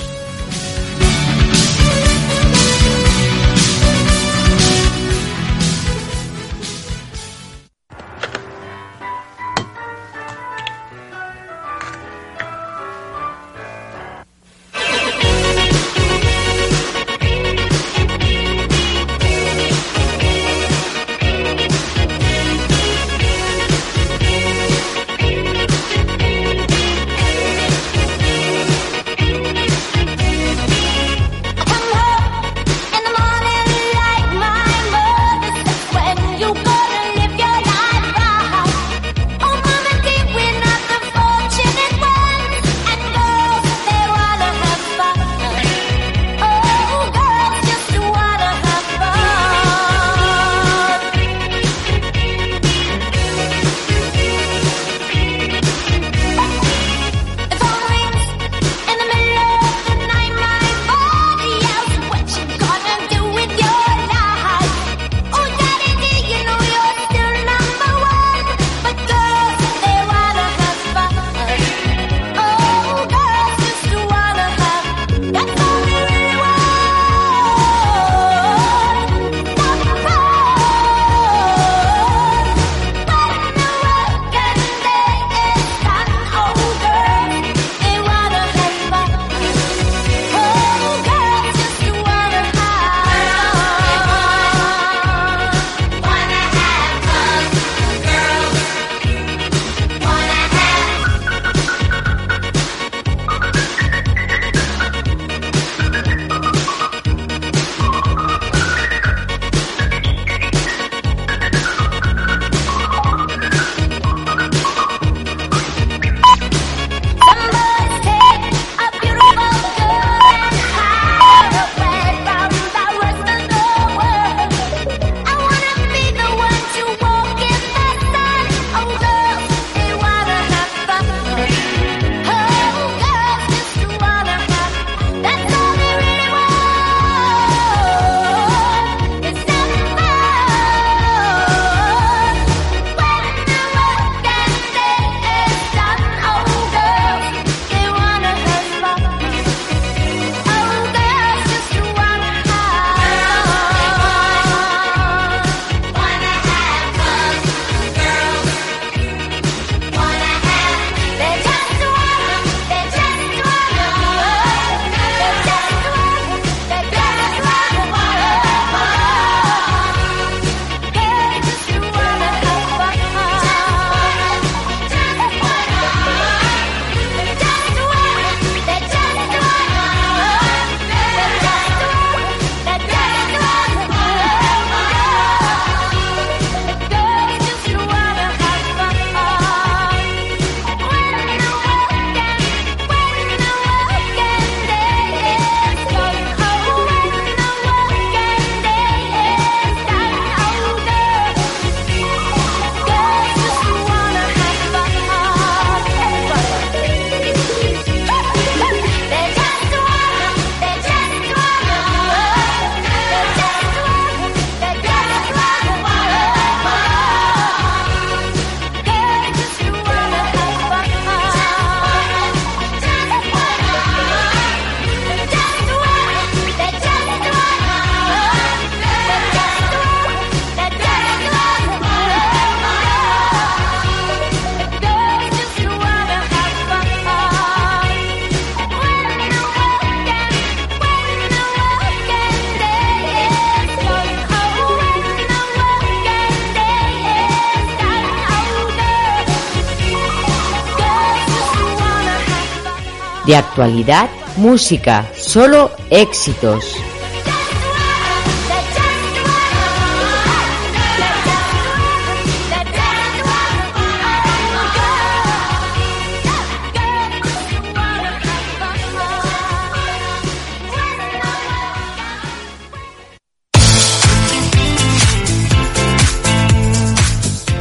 De actualidad, música, solo éxitos.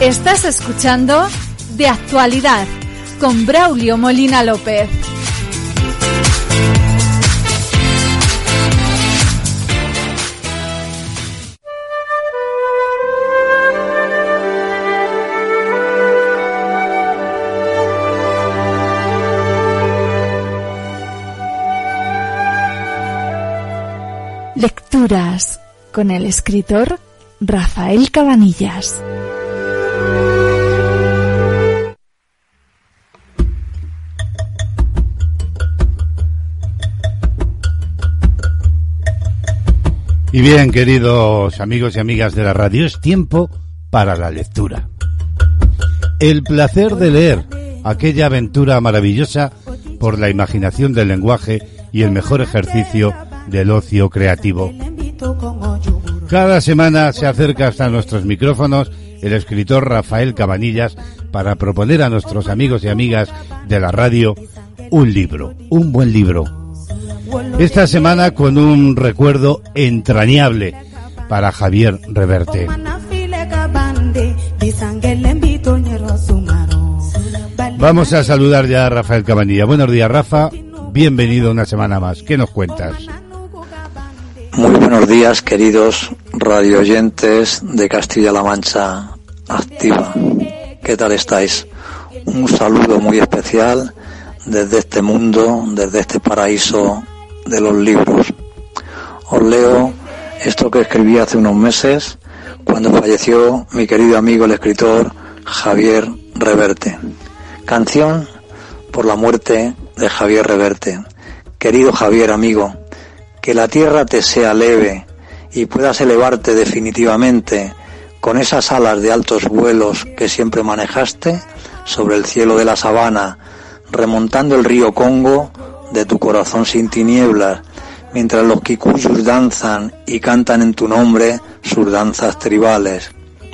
Estás escuchando De Actualidad con Braulio Molina López. Lecturas con el escritor Rafael Cabanillas. Y bien, queridos amigos y amigas de la radio, es tiempo para la lectura. El placer de leer, aquella aventura maravillosa por la imaginación del lenguaje y el mejor ejercicio del ocio creativo. Cada semana se acerca hasta nuestros micrófonos el escritor Rafael Cabanillas para proponer a nuestros amigos y amigas de la radio un libro, un buen libro. Esta semana con un recuerdo entrañable para Javier Reverte. Vamos a saludar ya a Rafael Cabanillas. Buenos días, Rafa. Bienvenido una semana más. ¿Qué nos cuentas? Muy buenos días, queridos radioyentes de Castilla-La Mancha Activa. ¿Qué tal estáis? Un saludo muy especial desde este mundo, desde este paraíso de los libros. Os leo esto que escribí hace unos meses cuando falleció mi querido amigo el escritor Javier Reverte. Canción por la muerte de Javier Reverte. Querido Javier, amigo, que la tierra te sea leve y puedas elevarte definitivamente con esas alas de altos vuelos que siempre manejaste sobre el cielo de la sabana, remontando el río Congo de tu corazón sin tinieblas, mientras los kikuyus danzan y cantan en tu nombre sus danzas tribales.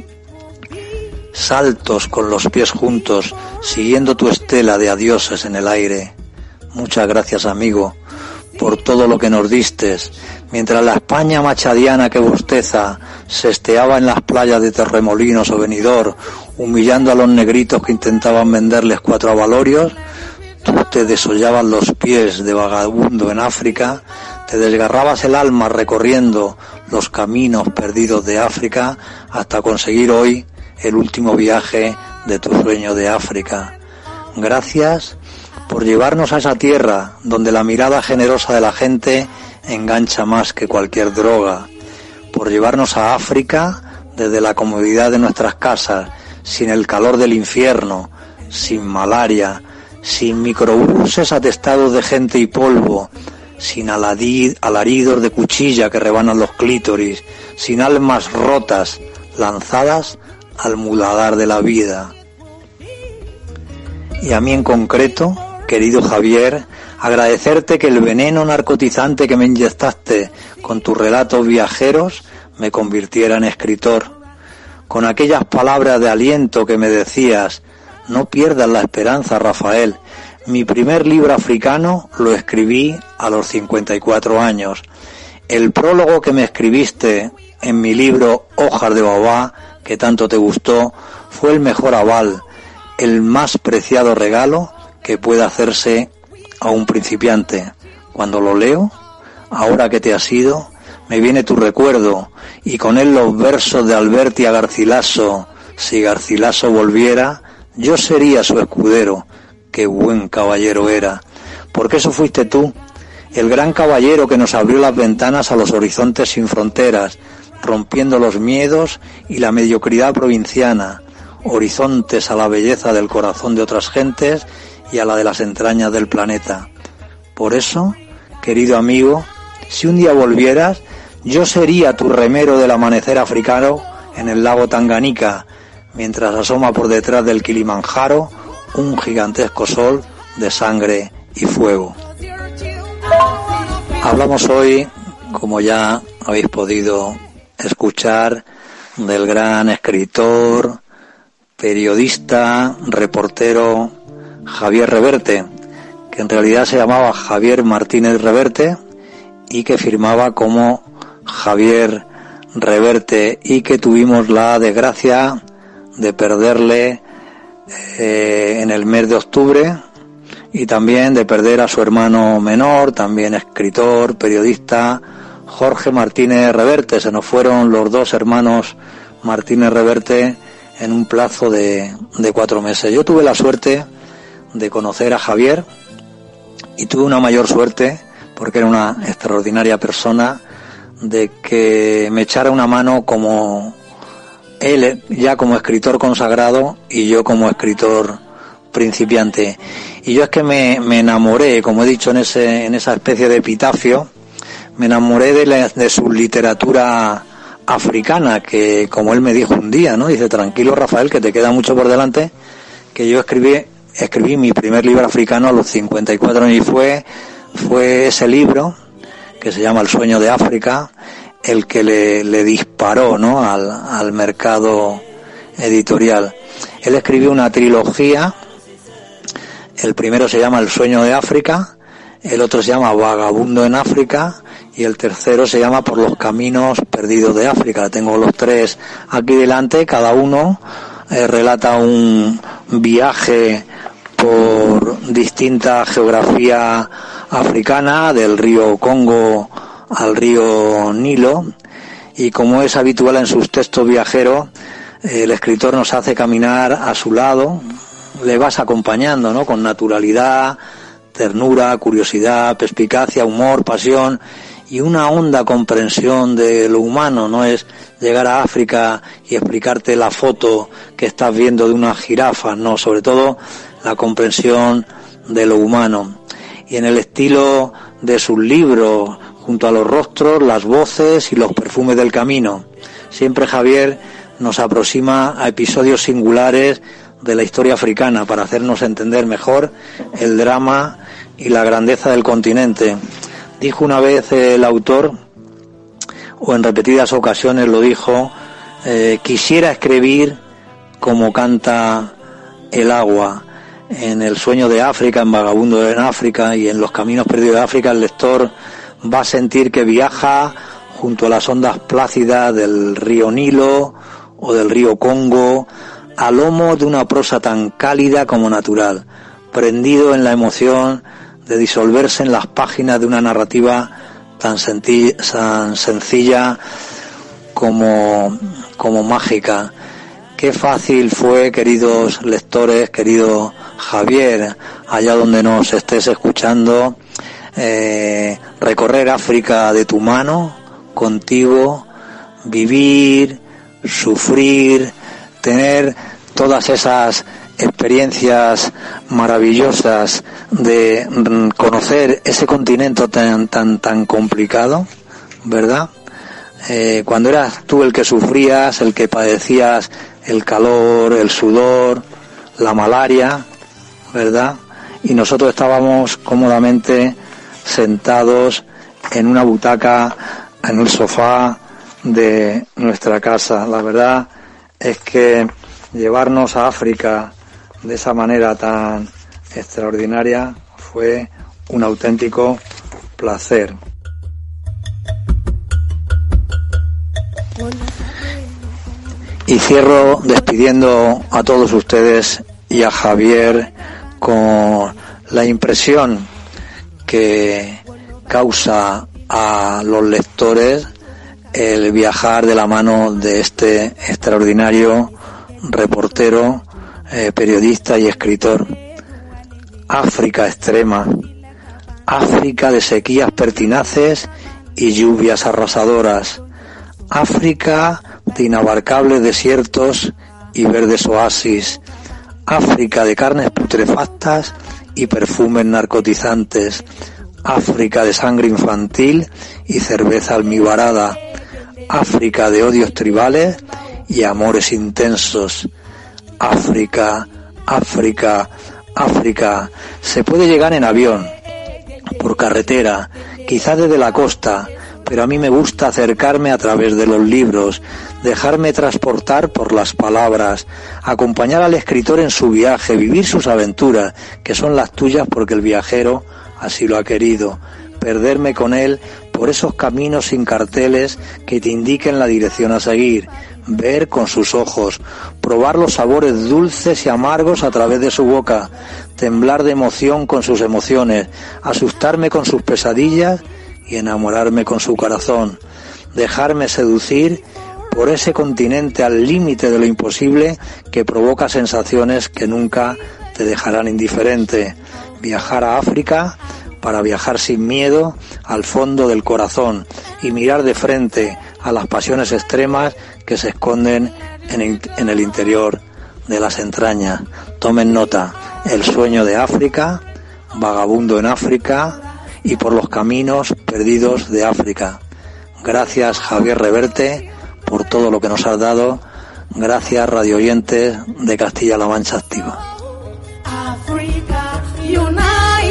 Saltos con los pies juntos, siguiendo tu estela de adioses en el aire. Muchas gracias, amigo, por todo lo que nos distes, mientras la España machadiana que bosteza se esteaba en las playas de Torremolinos o Benidorm, humillando a los negritos que intentaban venderles cuatro avalorios. Tú te desollabas los pies de vagabundo en África, te desgarrabas el alma recorriendo los caminos perdidos de África hasta conseguir hoy el último viaje de tu sueño de África. Gracias por llevarnos a esa tierra donde la mirada generosa de la gente engancha más que cualquier droga, por llevarnos a África desde la comodidad de nuestras casas, sin el calor del infierno, sin malaria, sin microbuses atestados de gente y polvo, sin aladid, alaridos de cuchilla que rebanan los clítoris, sin almas rotas lanzadas al muladar de la vida. Y a mí en concreto, querido Javier, agradecerte que el veneno narcotizante que me inyectaste con tus relatos viajeros me convirtiera en escritor. Con aquellas palabras de aliento que me decías: no pierdas la esperanza, Rafael. Mi primer libro africano lo escribí a los cincuenta y cuatro años. El prólogo que me escribiste en mi libro Hojas de Babá, que tanto te gustó, fue el mejor aval, el más preciado regalo que puede hacerse a un principiante. Cuando lo leo, ahora que te has ido, me viene tu recuerdo, y con él los versos de Alberti a Garcilaso. Si Garcilaso volviera, yo sería su escudero. Qué buen caballero era, porque eso fuiste tú, el gran caballero que nos abrió las ventanas a los horizontes sin fronteras, rompiendo los miedos y la mediocridad provinciana, horizontes a la belleza del corazón de otras gentes y a la de las entrañas del planeta. Por eso, querido amigo, si un día volvieras, yo sería tu remero del amanecer africano en el lago Tanganica, mientras asoma por detrás del Kilimanjaro un gigantesco sol de sangre y fuego. Hablamos hoy, como ya habéis podido escuchar, del gran escritor, periodista, reportero Javier Reverte, que en realidad se llamaba Javier Martínez Reverte y que firmaba como Javier Reverte, y que tuvimos la desgracia de perderle eh, en el mes de octubre, y también de perder a su hermano menor, también escritor, periodista, Jorge Martínez Reverte. Se nos fueron los dos hermanos Martínez Reverte en un plazo de, de cuatro meses. Yo tuve la suerte de conocer a Javier, y tuve una mayor suerte, porque era una extraordinaria persona, de que me echara una mano como él, ya como escritor consagrado, y yo como escritor principiante. Y yo es que me, me enamoré, como he dicho en ese en esa especie de epitafio, me enamoré de, la, de su literatura africana, que como él me dijo un día, ¿no? Dice, tranquilo Rafael, que te queda mucho por delante, que yo escribí escribí mi primer libro africano a los cincuenta y cuatro años, y fue fue ese libro, que se llama El sueño de África, el que le, le disparó, ¿no?, al, al mercado editorial. Él escribió una trilogía. El primero se llama El sueño de África, el otro se llama Vagabundo en África, y el tercero se llama Por los caminos perdidos de África. Tengo los tres aquí delante, cada uno eh, relata un viaje por distinta geografía africana, del río Congo al río Nilo, y como es habitual en sus textos viajeros, eh, el escritor nos hace caminar a su lado, le vas acompañando, ¿no?, con naturalidad, ternura, curiosidad, perspicacia, humor, pasión y una honda comprensión de lo humano. No es llegar a África y explicarte la foto que estás viendo de una jirafa, no, sobre todo la comprensión de lo humano. Y en el estilo de sus libros, junto a los rostros, las voces y los perfumes del camino, siempre Javier nos aproxima a episodios singulares de la historia africana para hacernos entender mejor el drama y la grandeza del continente. Dijo una vez el autor, o en repetidas ocasiones lo dijo, eh, quisiera escribir como canta el agua. En El sueño de África, en Vagabundo en África y en Los caminos perdidos de África, el lector va a sentir que viaja junto a las ondas plácidas del río Nilo o del río Congo, a lomo de una prosa tan cálida como natural, prendido en la emoción de disolverse en las páginas de una narrativa tan, senti- tan sencilla como, como mágica. Qué fácil fue, queridos lectores, querido Javier, allá donde nos estés escuchando, eh, recorrer África de tu mano, contigo, vivir, sufrir, tener todas esas experiencias maravillosas de conocer ese continente tan tan tan complicado, ¿verdad? Eh, cuando eras tú el que sufrías, el que padecías el calor, el sudor, la malaria, ¿verdad? Y nosotros estábamos cómodamente sentados en una butaca, en el sofá de nuestra casa. La verdad es que llevarnos a África de esa manera tan extraordinaria fue un auténtico placer. Y cierro despidiendo a todos ustedes y a Javier con la impresión que causa a los lectores el viajar de la mano de este extraordinario reportero, eh, periodista y escritor. África extrema, África de sequías pertinaces y lluvias arrasadoras, África de inabarcables desiertos y verdes oasis, África de carnes putrefactas y perfumes narcotizantes, África de sangre infantil y cerveza almibarada, África de odios tribales y amores intensos. África, África, África. Se puede llegar en avión, por carretera, quizás desde la costa, pero a mí me gusta acercarme a través de los libros, dejarme transportar por las palabras, acompañar al escritor en su viaje, vivir sus aventuras, que son las tuyas porque el viajero así lo ha querido, perderme con él por esos caminos sin carteles que te indiquen la dirección a seguir, ver con sus ojos, probar los sabores dulces y amargos a través de su boca, temblar de emoción con sus emociones, asustarme con sus pesadillas y enamorarme con su corazón, dejarme seducir por ese continente al límite de lo imposible que provoca sensaciones que nunca te dejarán indiferente, viajar a África para viajar sin miedo al fondo del corazón y mirar de frente a las pasiones extremas que se esconden en, en el interior de las entrañas. Tomen nota, el sueño de África, vagabundo en África y por los caminos perdidos de África. Gracias, Javier Reverte, por todo lo que nos has dado. Gracias, radio oyentes de Castilla-La Mancha Activa. Africa, unite,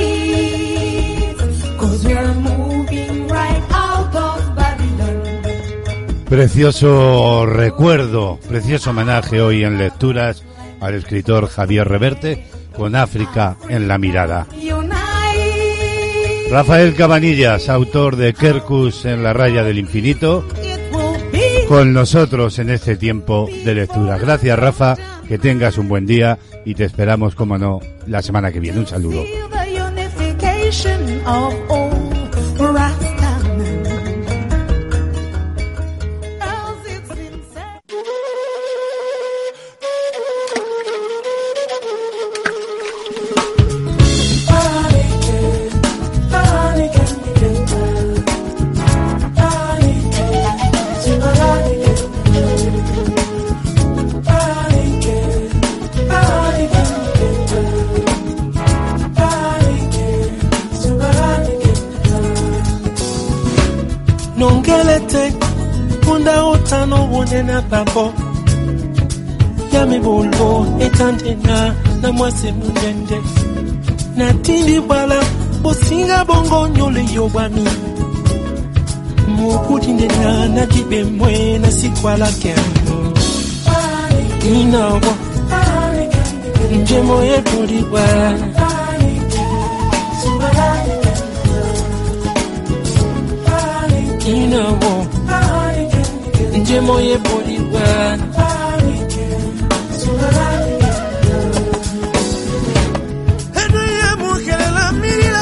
'cause we're moving right out of Babylon. Precioso recuerdo, precioso homenaje hoy en Lecturas al escritor Javier Reverte con África en la mirada. Rafael Cabanillas, autor de Quercus en la raya del infinito, con nosotros en este tiempo de lectura. Gracias, Rafa, que tengas un buen día y te esperamos, como no, la semana que viene. Un saludo. Nongelete Kunda otano wonena babo Yami bulbo etantena na mwase mundende Na tindi wala bosinga bongo nyole yobami Mukuti ndena na jibe mwe na sikwala kemu Inawa Njemo ye budiwa Inawo Njemo ye bodiwa Edo ye mukele la mirila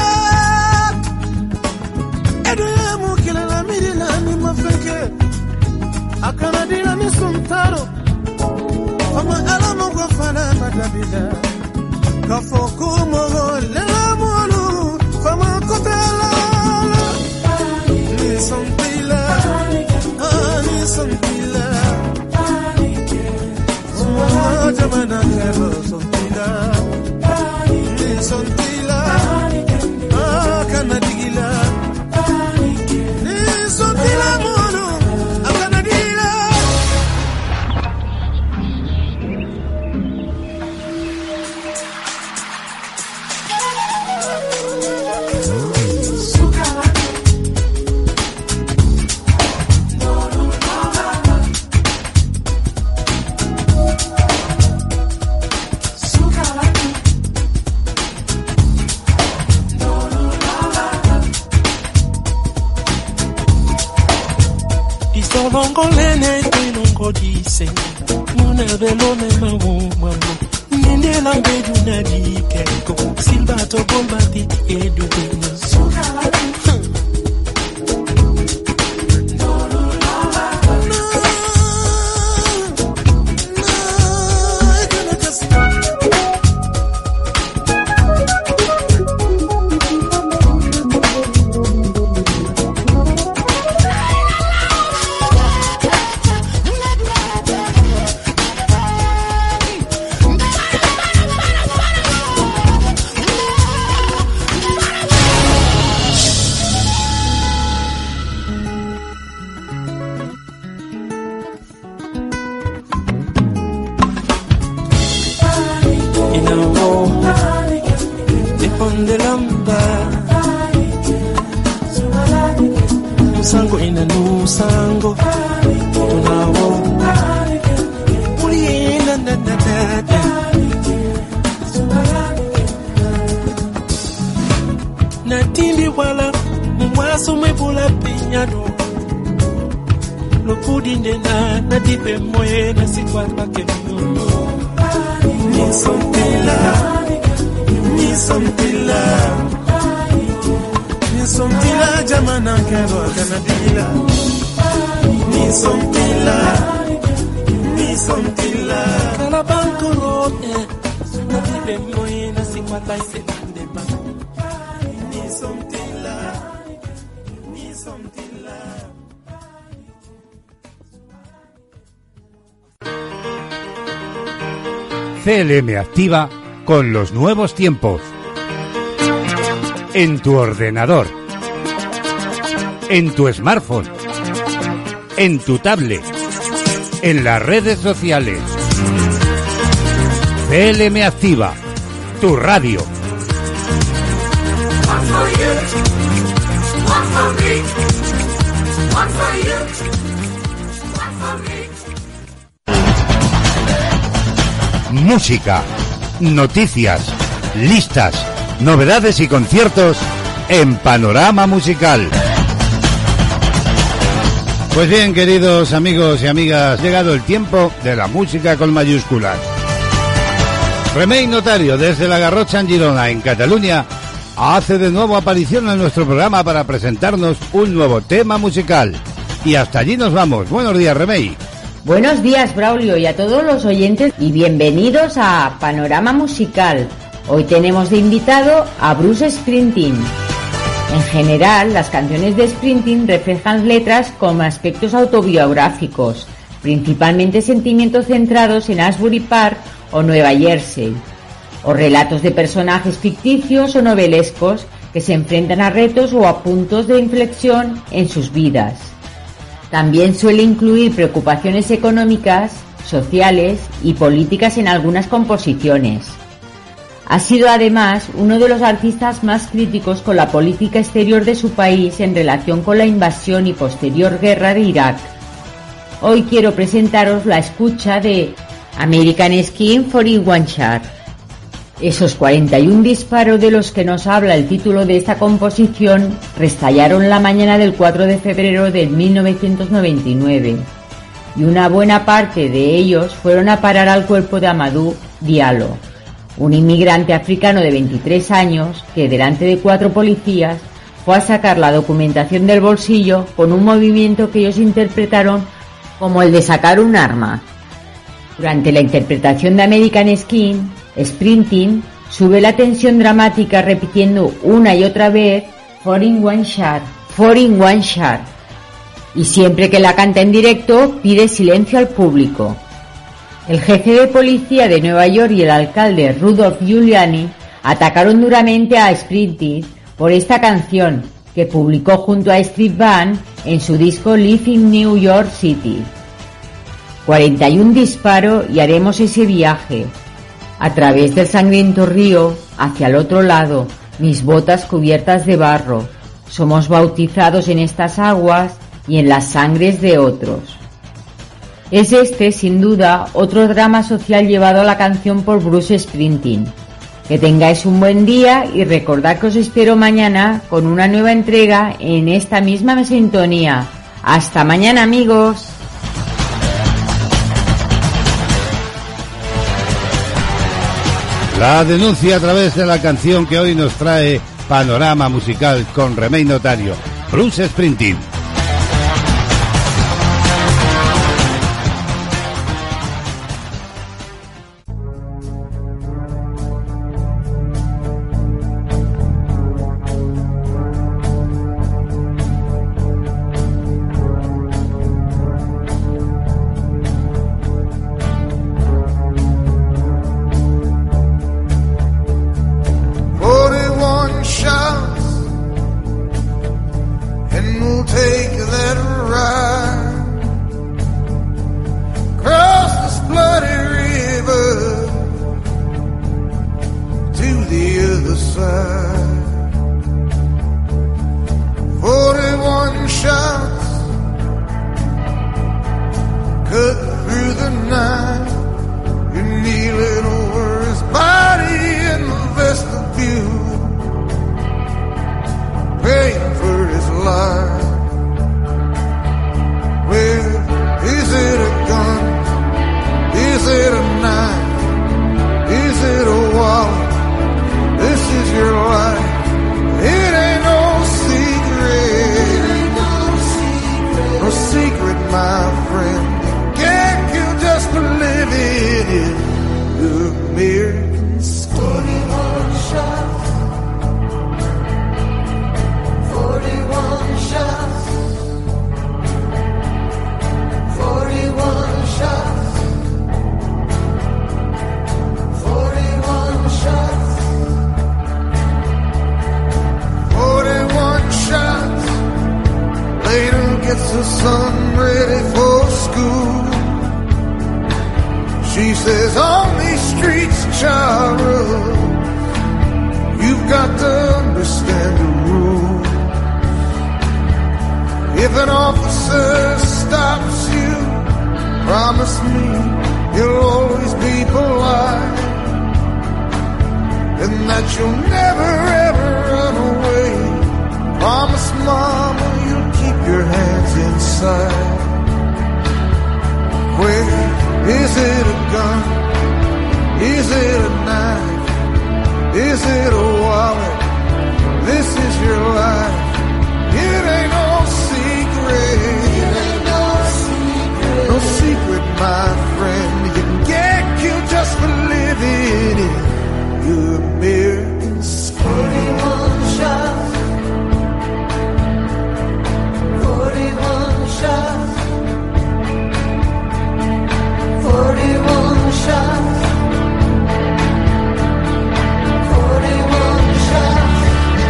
Edo ye mukele la mirila ni mafeke Akana dina ni suntaro Fama alama kwa fana madabida Kafoku mogo lela molu Fama kotala Santila, ani santila, oh jamana kero santila, ni santila, ah kanadigila, ni santila mono, ah kanadigila. Ngolene tinongo dise Muna velone mawumwa Nende la bedu na dikeko Silbato bombati edu bina Musango ina nusango tunawo uli na na na na na tindi wala mwa Asume bula piñado. Lo pudinde na na dipe moye na sikwata ke no. Ni sontila, ni sontila, ni sontila jamana kero kanadila. Ni sontila, ni sontila. Kala banko rote, na dipe moye na sikwata se bandeba. Ni sontila, ni sontila. C L M activa con los nuevos tiempos. En tu ordenador, en tu smartphone, en tu tablet, en las redes sociales. C L M activa, tu radio. One for you, one for me, one for you, one for me. Música, noticias, listas, novedades y conciertos en Panorama Musical. Pues bien, queridos amigos y amigas, ha llegado el tiempo de la música con mayúsculas. Remei Notario, desde la Garrotxa en Girona, en Cataluña, hace de nuevo aparición en nuestro programa para presentarnos un nuevo tema musical. Y hasta allí nos vamos. Buenos días, Remei. Buenos días, Braulio, y a todos los oyentes, y bienvenidos a Panorama Musical. Hoy tenemos de invitado a Bruce Springsteen. En general, las canciones de Springsteen reflejan letras con aspectos autobiográficos, principalmente sentimientos centrados en Asbury Park o Nueva Jersey, o relatos de personajes ficticios o novelescos que se enfrentan a retos o a puntos de inflexión en sus vidas. También suele incluir preocupaciones económicas, sociales y políticas en algunas composiciones. Ha sido además uno de los artistas más críticos con la política exterior de su país en relación con la invasión y posterior guerra de Irak. Hoy quiero presentaros la escucha de American Skin cuarenta y uno Shot. Esos cuarenta y uno disparos de los que nos habla el título de esta composición restallaron la mañana del cuatro de febrero de mil novecientos noventa y nueve, y una buena parte de ellos fueron a parar al cuerpo de Amadou Diallo, un inmigrante africano de veintitrés años que delante de cuatro policías fue a sacar la documentación del bolsillo con un movimiento que ellos interpretaron como el de sacar un arma. Durante la interpretación de American Skin, Springsteen sube la tensión dramática repitiendo una y otra vez cuarenta y uno Shot, cuarenta y uno Shot, y siempre que la canta en directo pide silencio al público. El jefe de policía de Nueva York y el alcalde Rudolph Giuliani atacaron duramente a Springsteen por esta canción, que publicó junto a Street Band en su disco Live in New York City. cuarenta y uno disparos y haremos ese viaje a través del sangriento río hacia el otro lado, mis botas cubiertas de barro. Somos bautizados en estas aguas y en las sangres de otros. Es este, sin duda, otro drama social llevado a la canción por Bruce Springsteen. Que tengáis un buen día y recordad que os espero mañana con una nueva entrega en esta misma sintonía. Hasta mañana, amigos. La denuncia a través de la canción que hoy nos trae Panorama Musical con Remei Notario, Bruce Springsteen. Take forty-one shots, forty-one shots, forty-one shots, forty-one shots, forty-one shots. Later gets her son ready for school. She says, on these streets, child, you've got to understand the rule. If an officer stops you, promise me you'll always be polite, and that you'll never ever run away. Promise, mama, you'll keep your hands inside. Where is it a gun? Is it a knife? Is it a wallet? This is your life. It ain't no secret. It ain't no secret. No secret, my friend. You can get killed just for living in your American skin. Forty-one shots. Forty-one shots. Forty-one shots. Forty-one shots.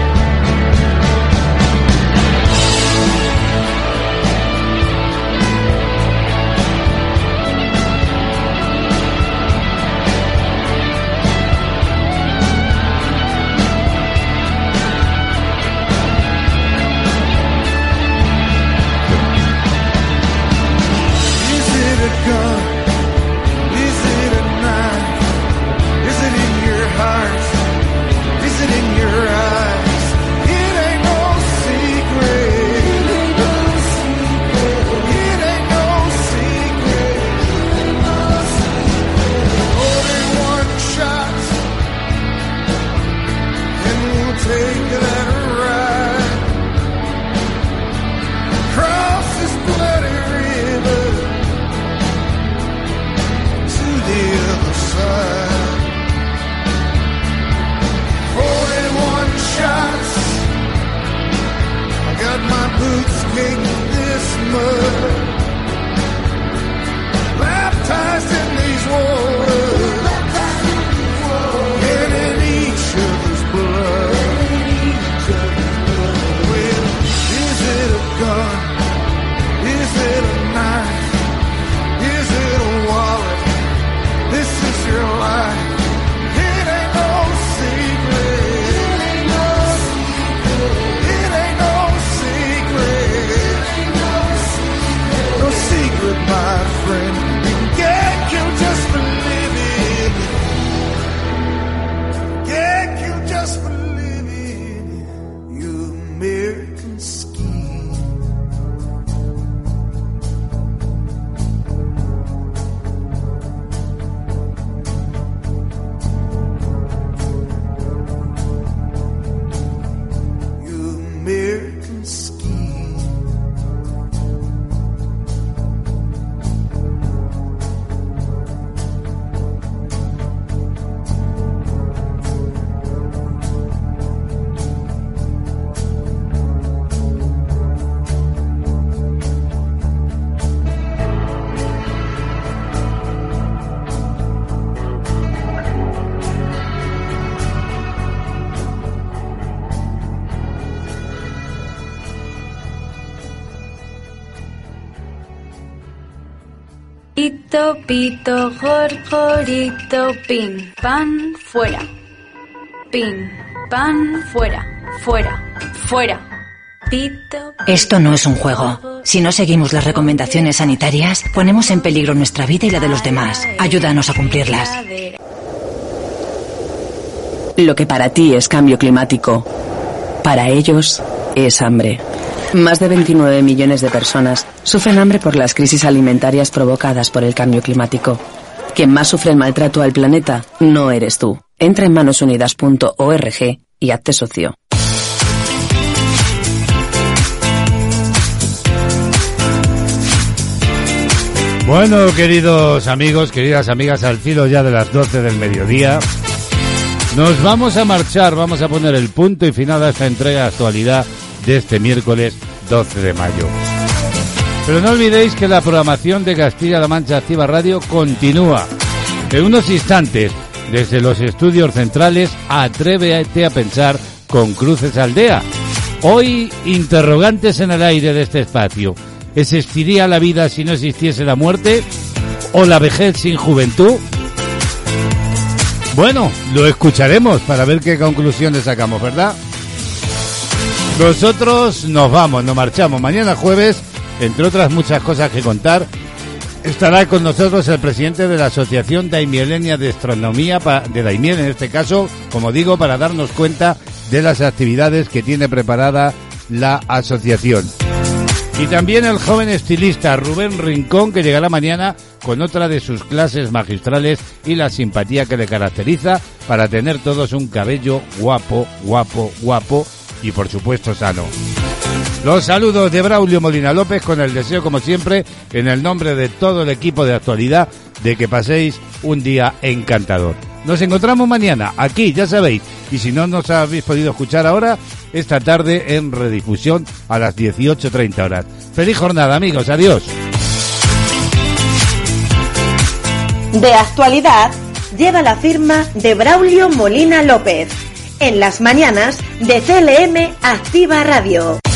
Is it a gun? Is it a knife? Is it in your heart? Is it in your eyes? It ain't no secret. It ain't no secret. It ain't no secret. It ain't no secret. Forty-one shots, and we'll take that ride across this bloody river to the other side. Forty-one shots. I got my boots caked in this mud, baptized in these waters, and in each other's blood. Well, is it a gun? Is it a knife? Is it a wallet? This is your life. It ain't no secret. It ain't no secret. It ain't no secret. It ain't no secret. No secret, my friend. You can get killed just for living. Get killed just for living. You American scheme. You American scheme. Pito, pito, gorgorito, pin, pan, fuera. Pin, pan, fuera, fuera, fuera. Pito. Esto no es un juego. Si no seguimos las recomendaciones sanitarias, ponemos en peligro nuestra vida y la de los demás. Ayúdanos a cumplirlas. Lo que para ti es cambio climático, para ellos es hambre. Más de veintinueve millones de personas sufren hambre por las crisis alimentarias provocadas por el cambio climático. Quien más sufre el maltrato al planeta no eres tú. Entra en manos unidas punto org y hazte socio. Bueno, queridos amigos, queridas amigas, al filo ya de las doce del mediodía, Nos vamos a marchar, vamos a poner el punto y final a esta entrega de actualidad de este miércoles doce de mayo. Pero no olvidéis que la programación de Castilla-La Mancha Activa Radio continúa. En unos instantes, desde los estudios centrales, Atrévete a pensar con Cruces Aldea. Hoy, interrogantes en el aire de este espacio. ¿Existiría la vida si no existiese la muerte? ¿O la vejez sin juventud? Bueno, lo escucharemos para ver qué conclusiones sacamos, ¿verdad? Nosotros nos vamos, nos marchamos. Mañana jueves, entre otras muchas cosas que contar, estará con nosotros el presidente de la Asociación Daimielenia de Astronomía, de Daimiel en este caso, como digo, para darnos cuenta de las actividades que tiene preparada la asociación. Y también el joven estilista Rubén Rincón, que llegará mañana con otra de sus clases magistrales y la simpatía que le caracteriza para tener todos un cabello guapo, guapo, guapo y por supuesto sano. Los saludos de Braulio Molina López con el deseo, como siempre, en el nombre de todo el equipo de actualidad, de que paséis un día encantador. Nos encontramos mañana, aquí, ya sabéis, y si no nos habéis podido escuchar ahora, esta tarde en redifusión a las dieciocho treinta horas. Feliz jornada, amigos, adiós. De actualidad lleva la firma de Braulio Molina López, en las mañanas de C L M Activa Radio.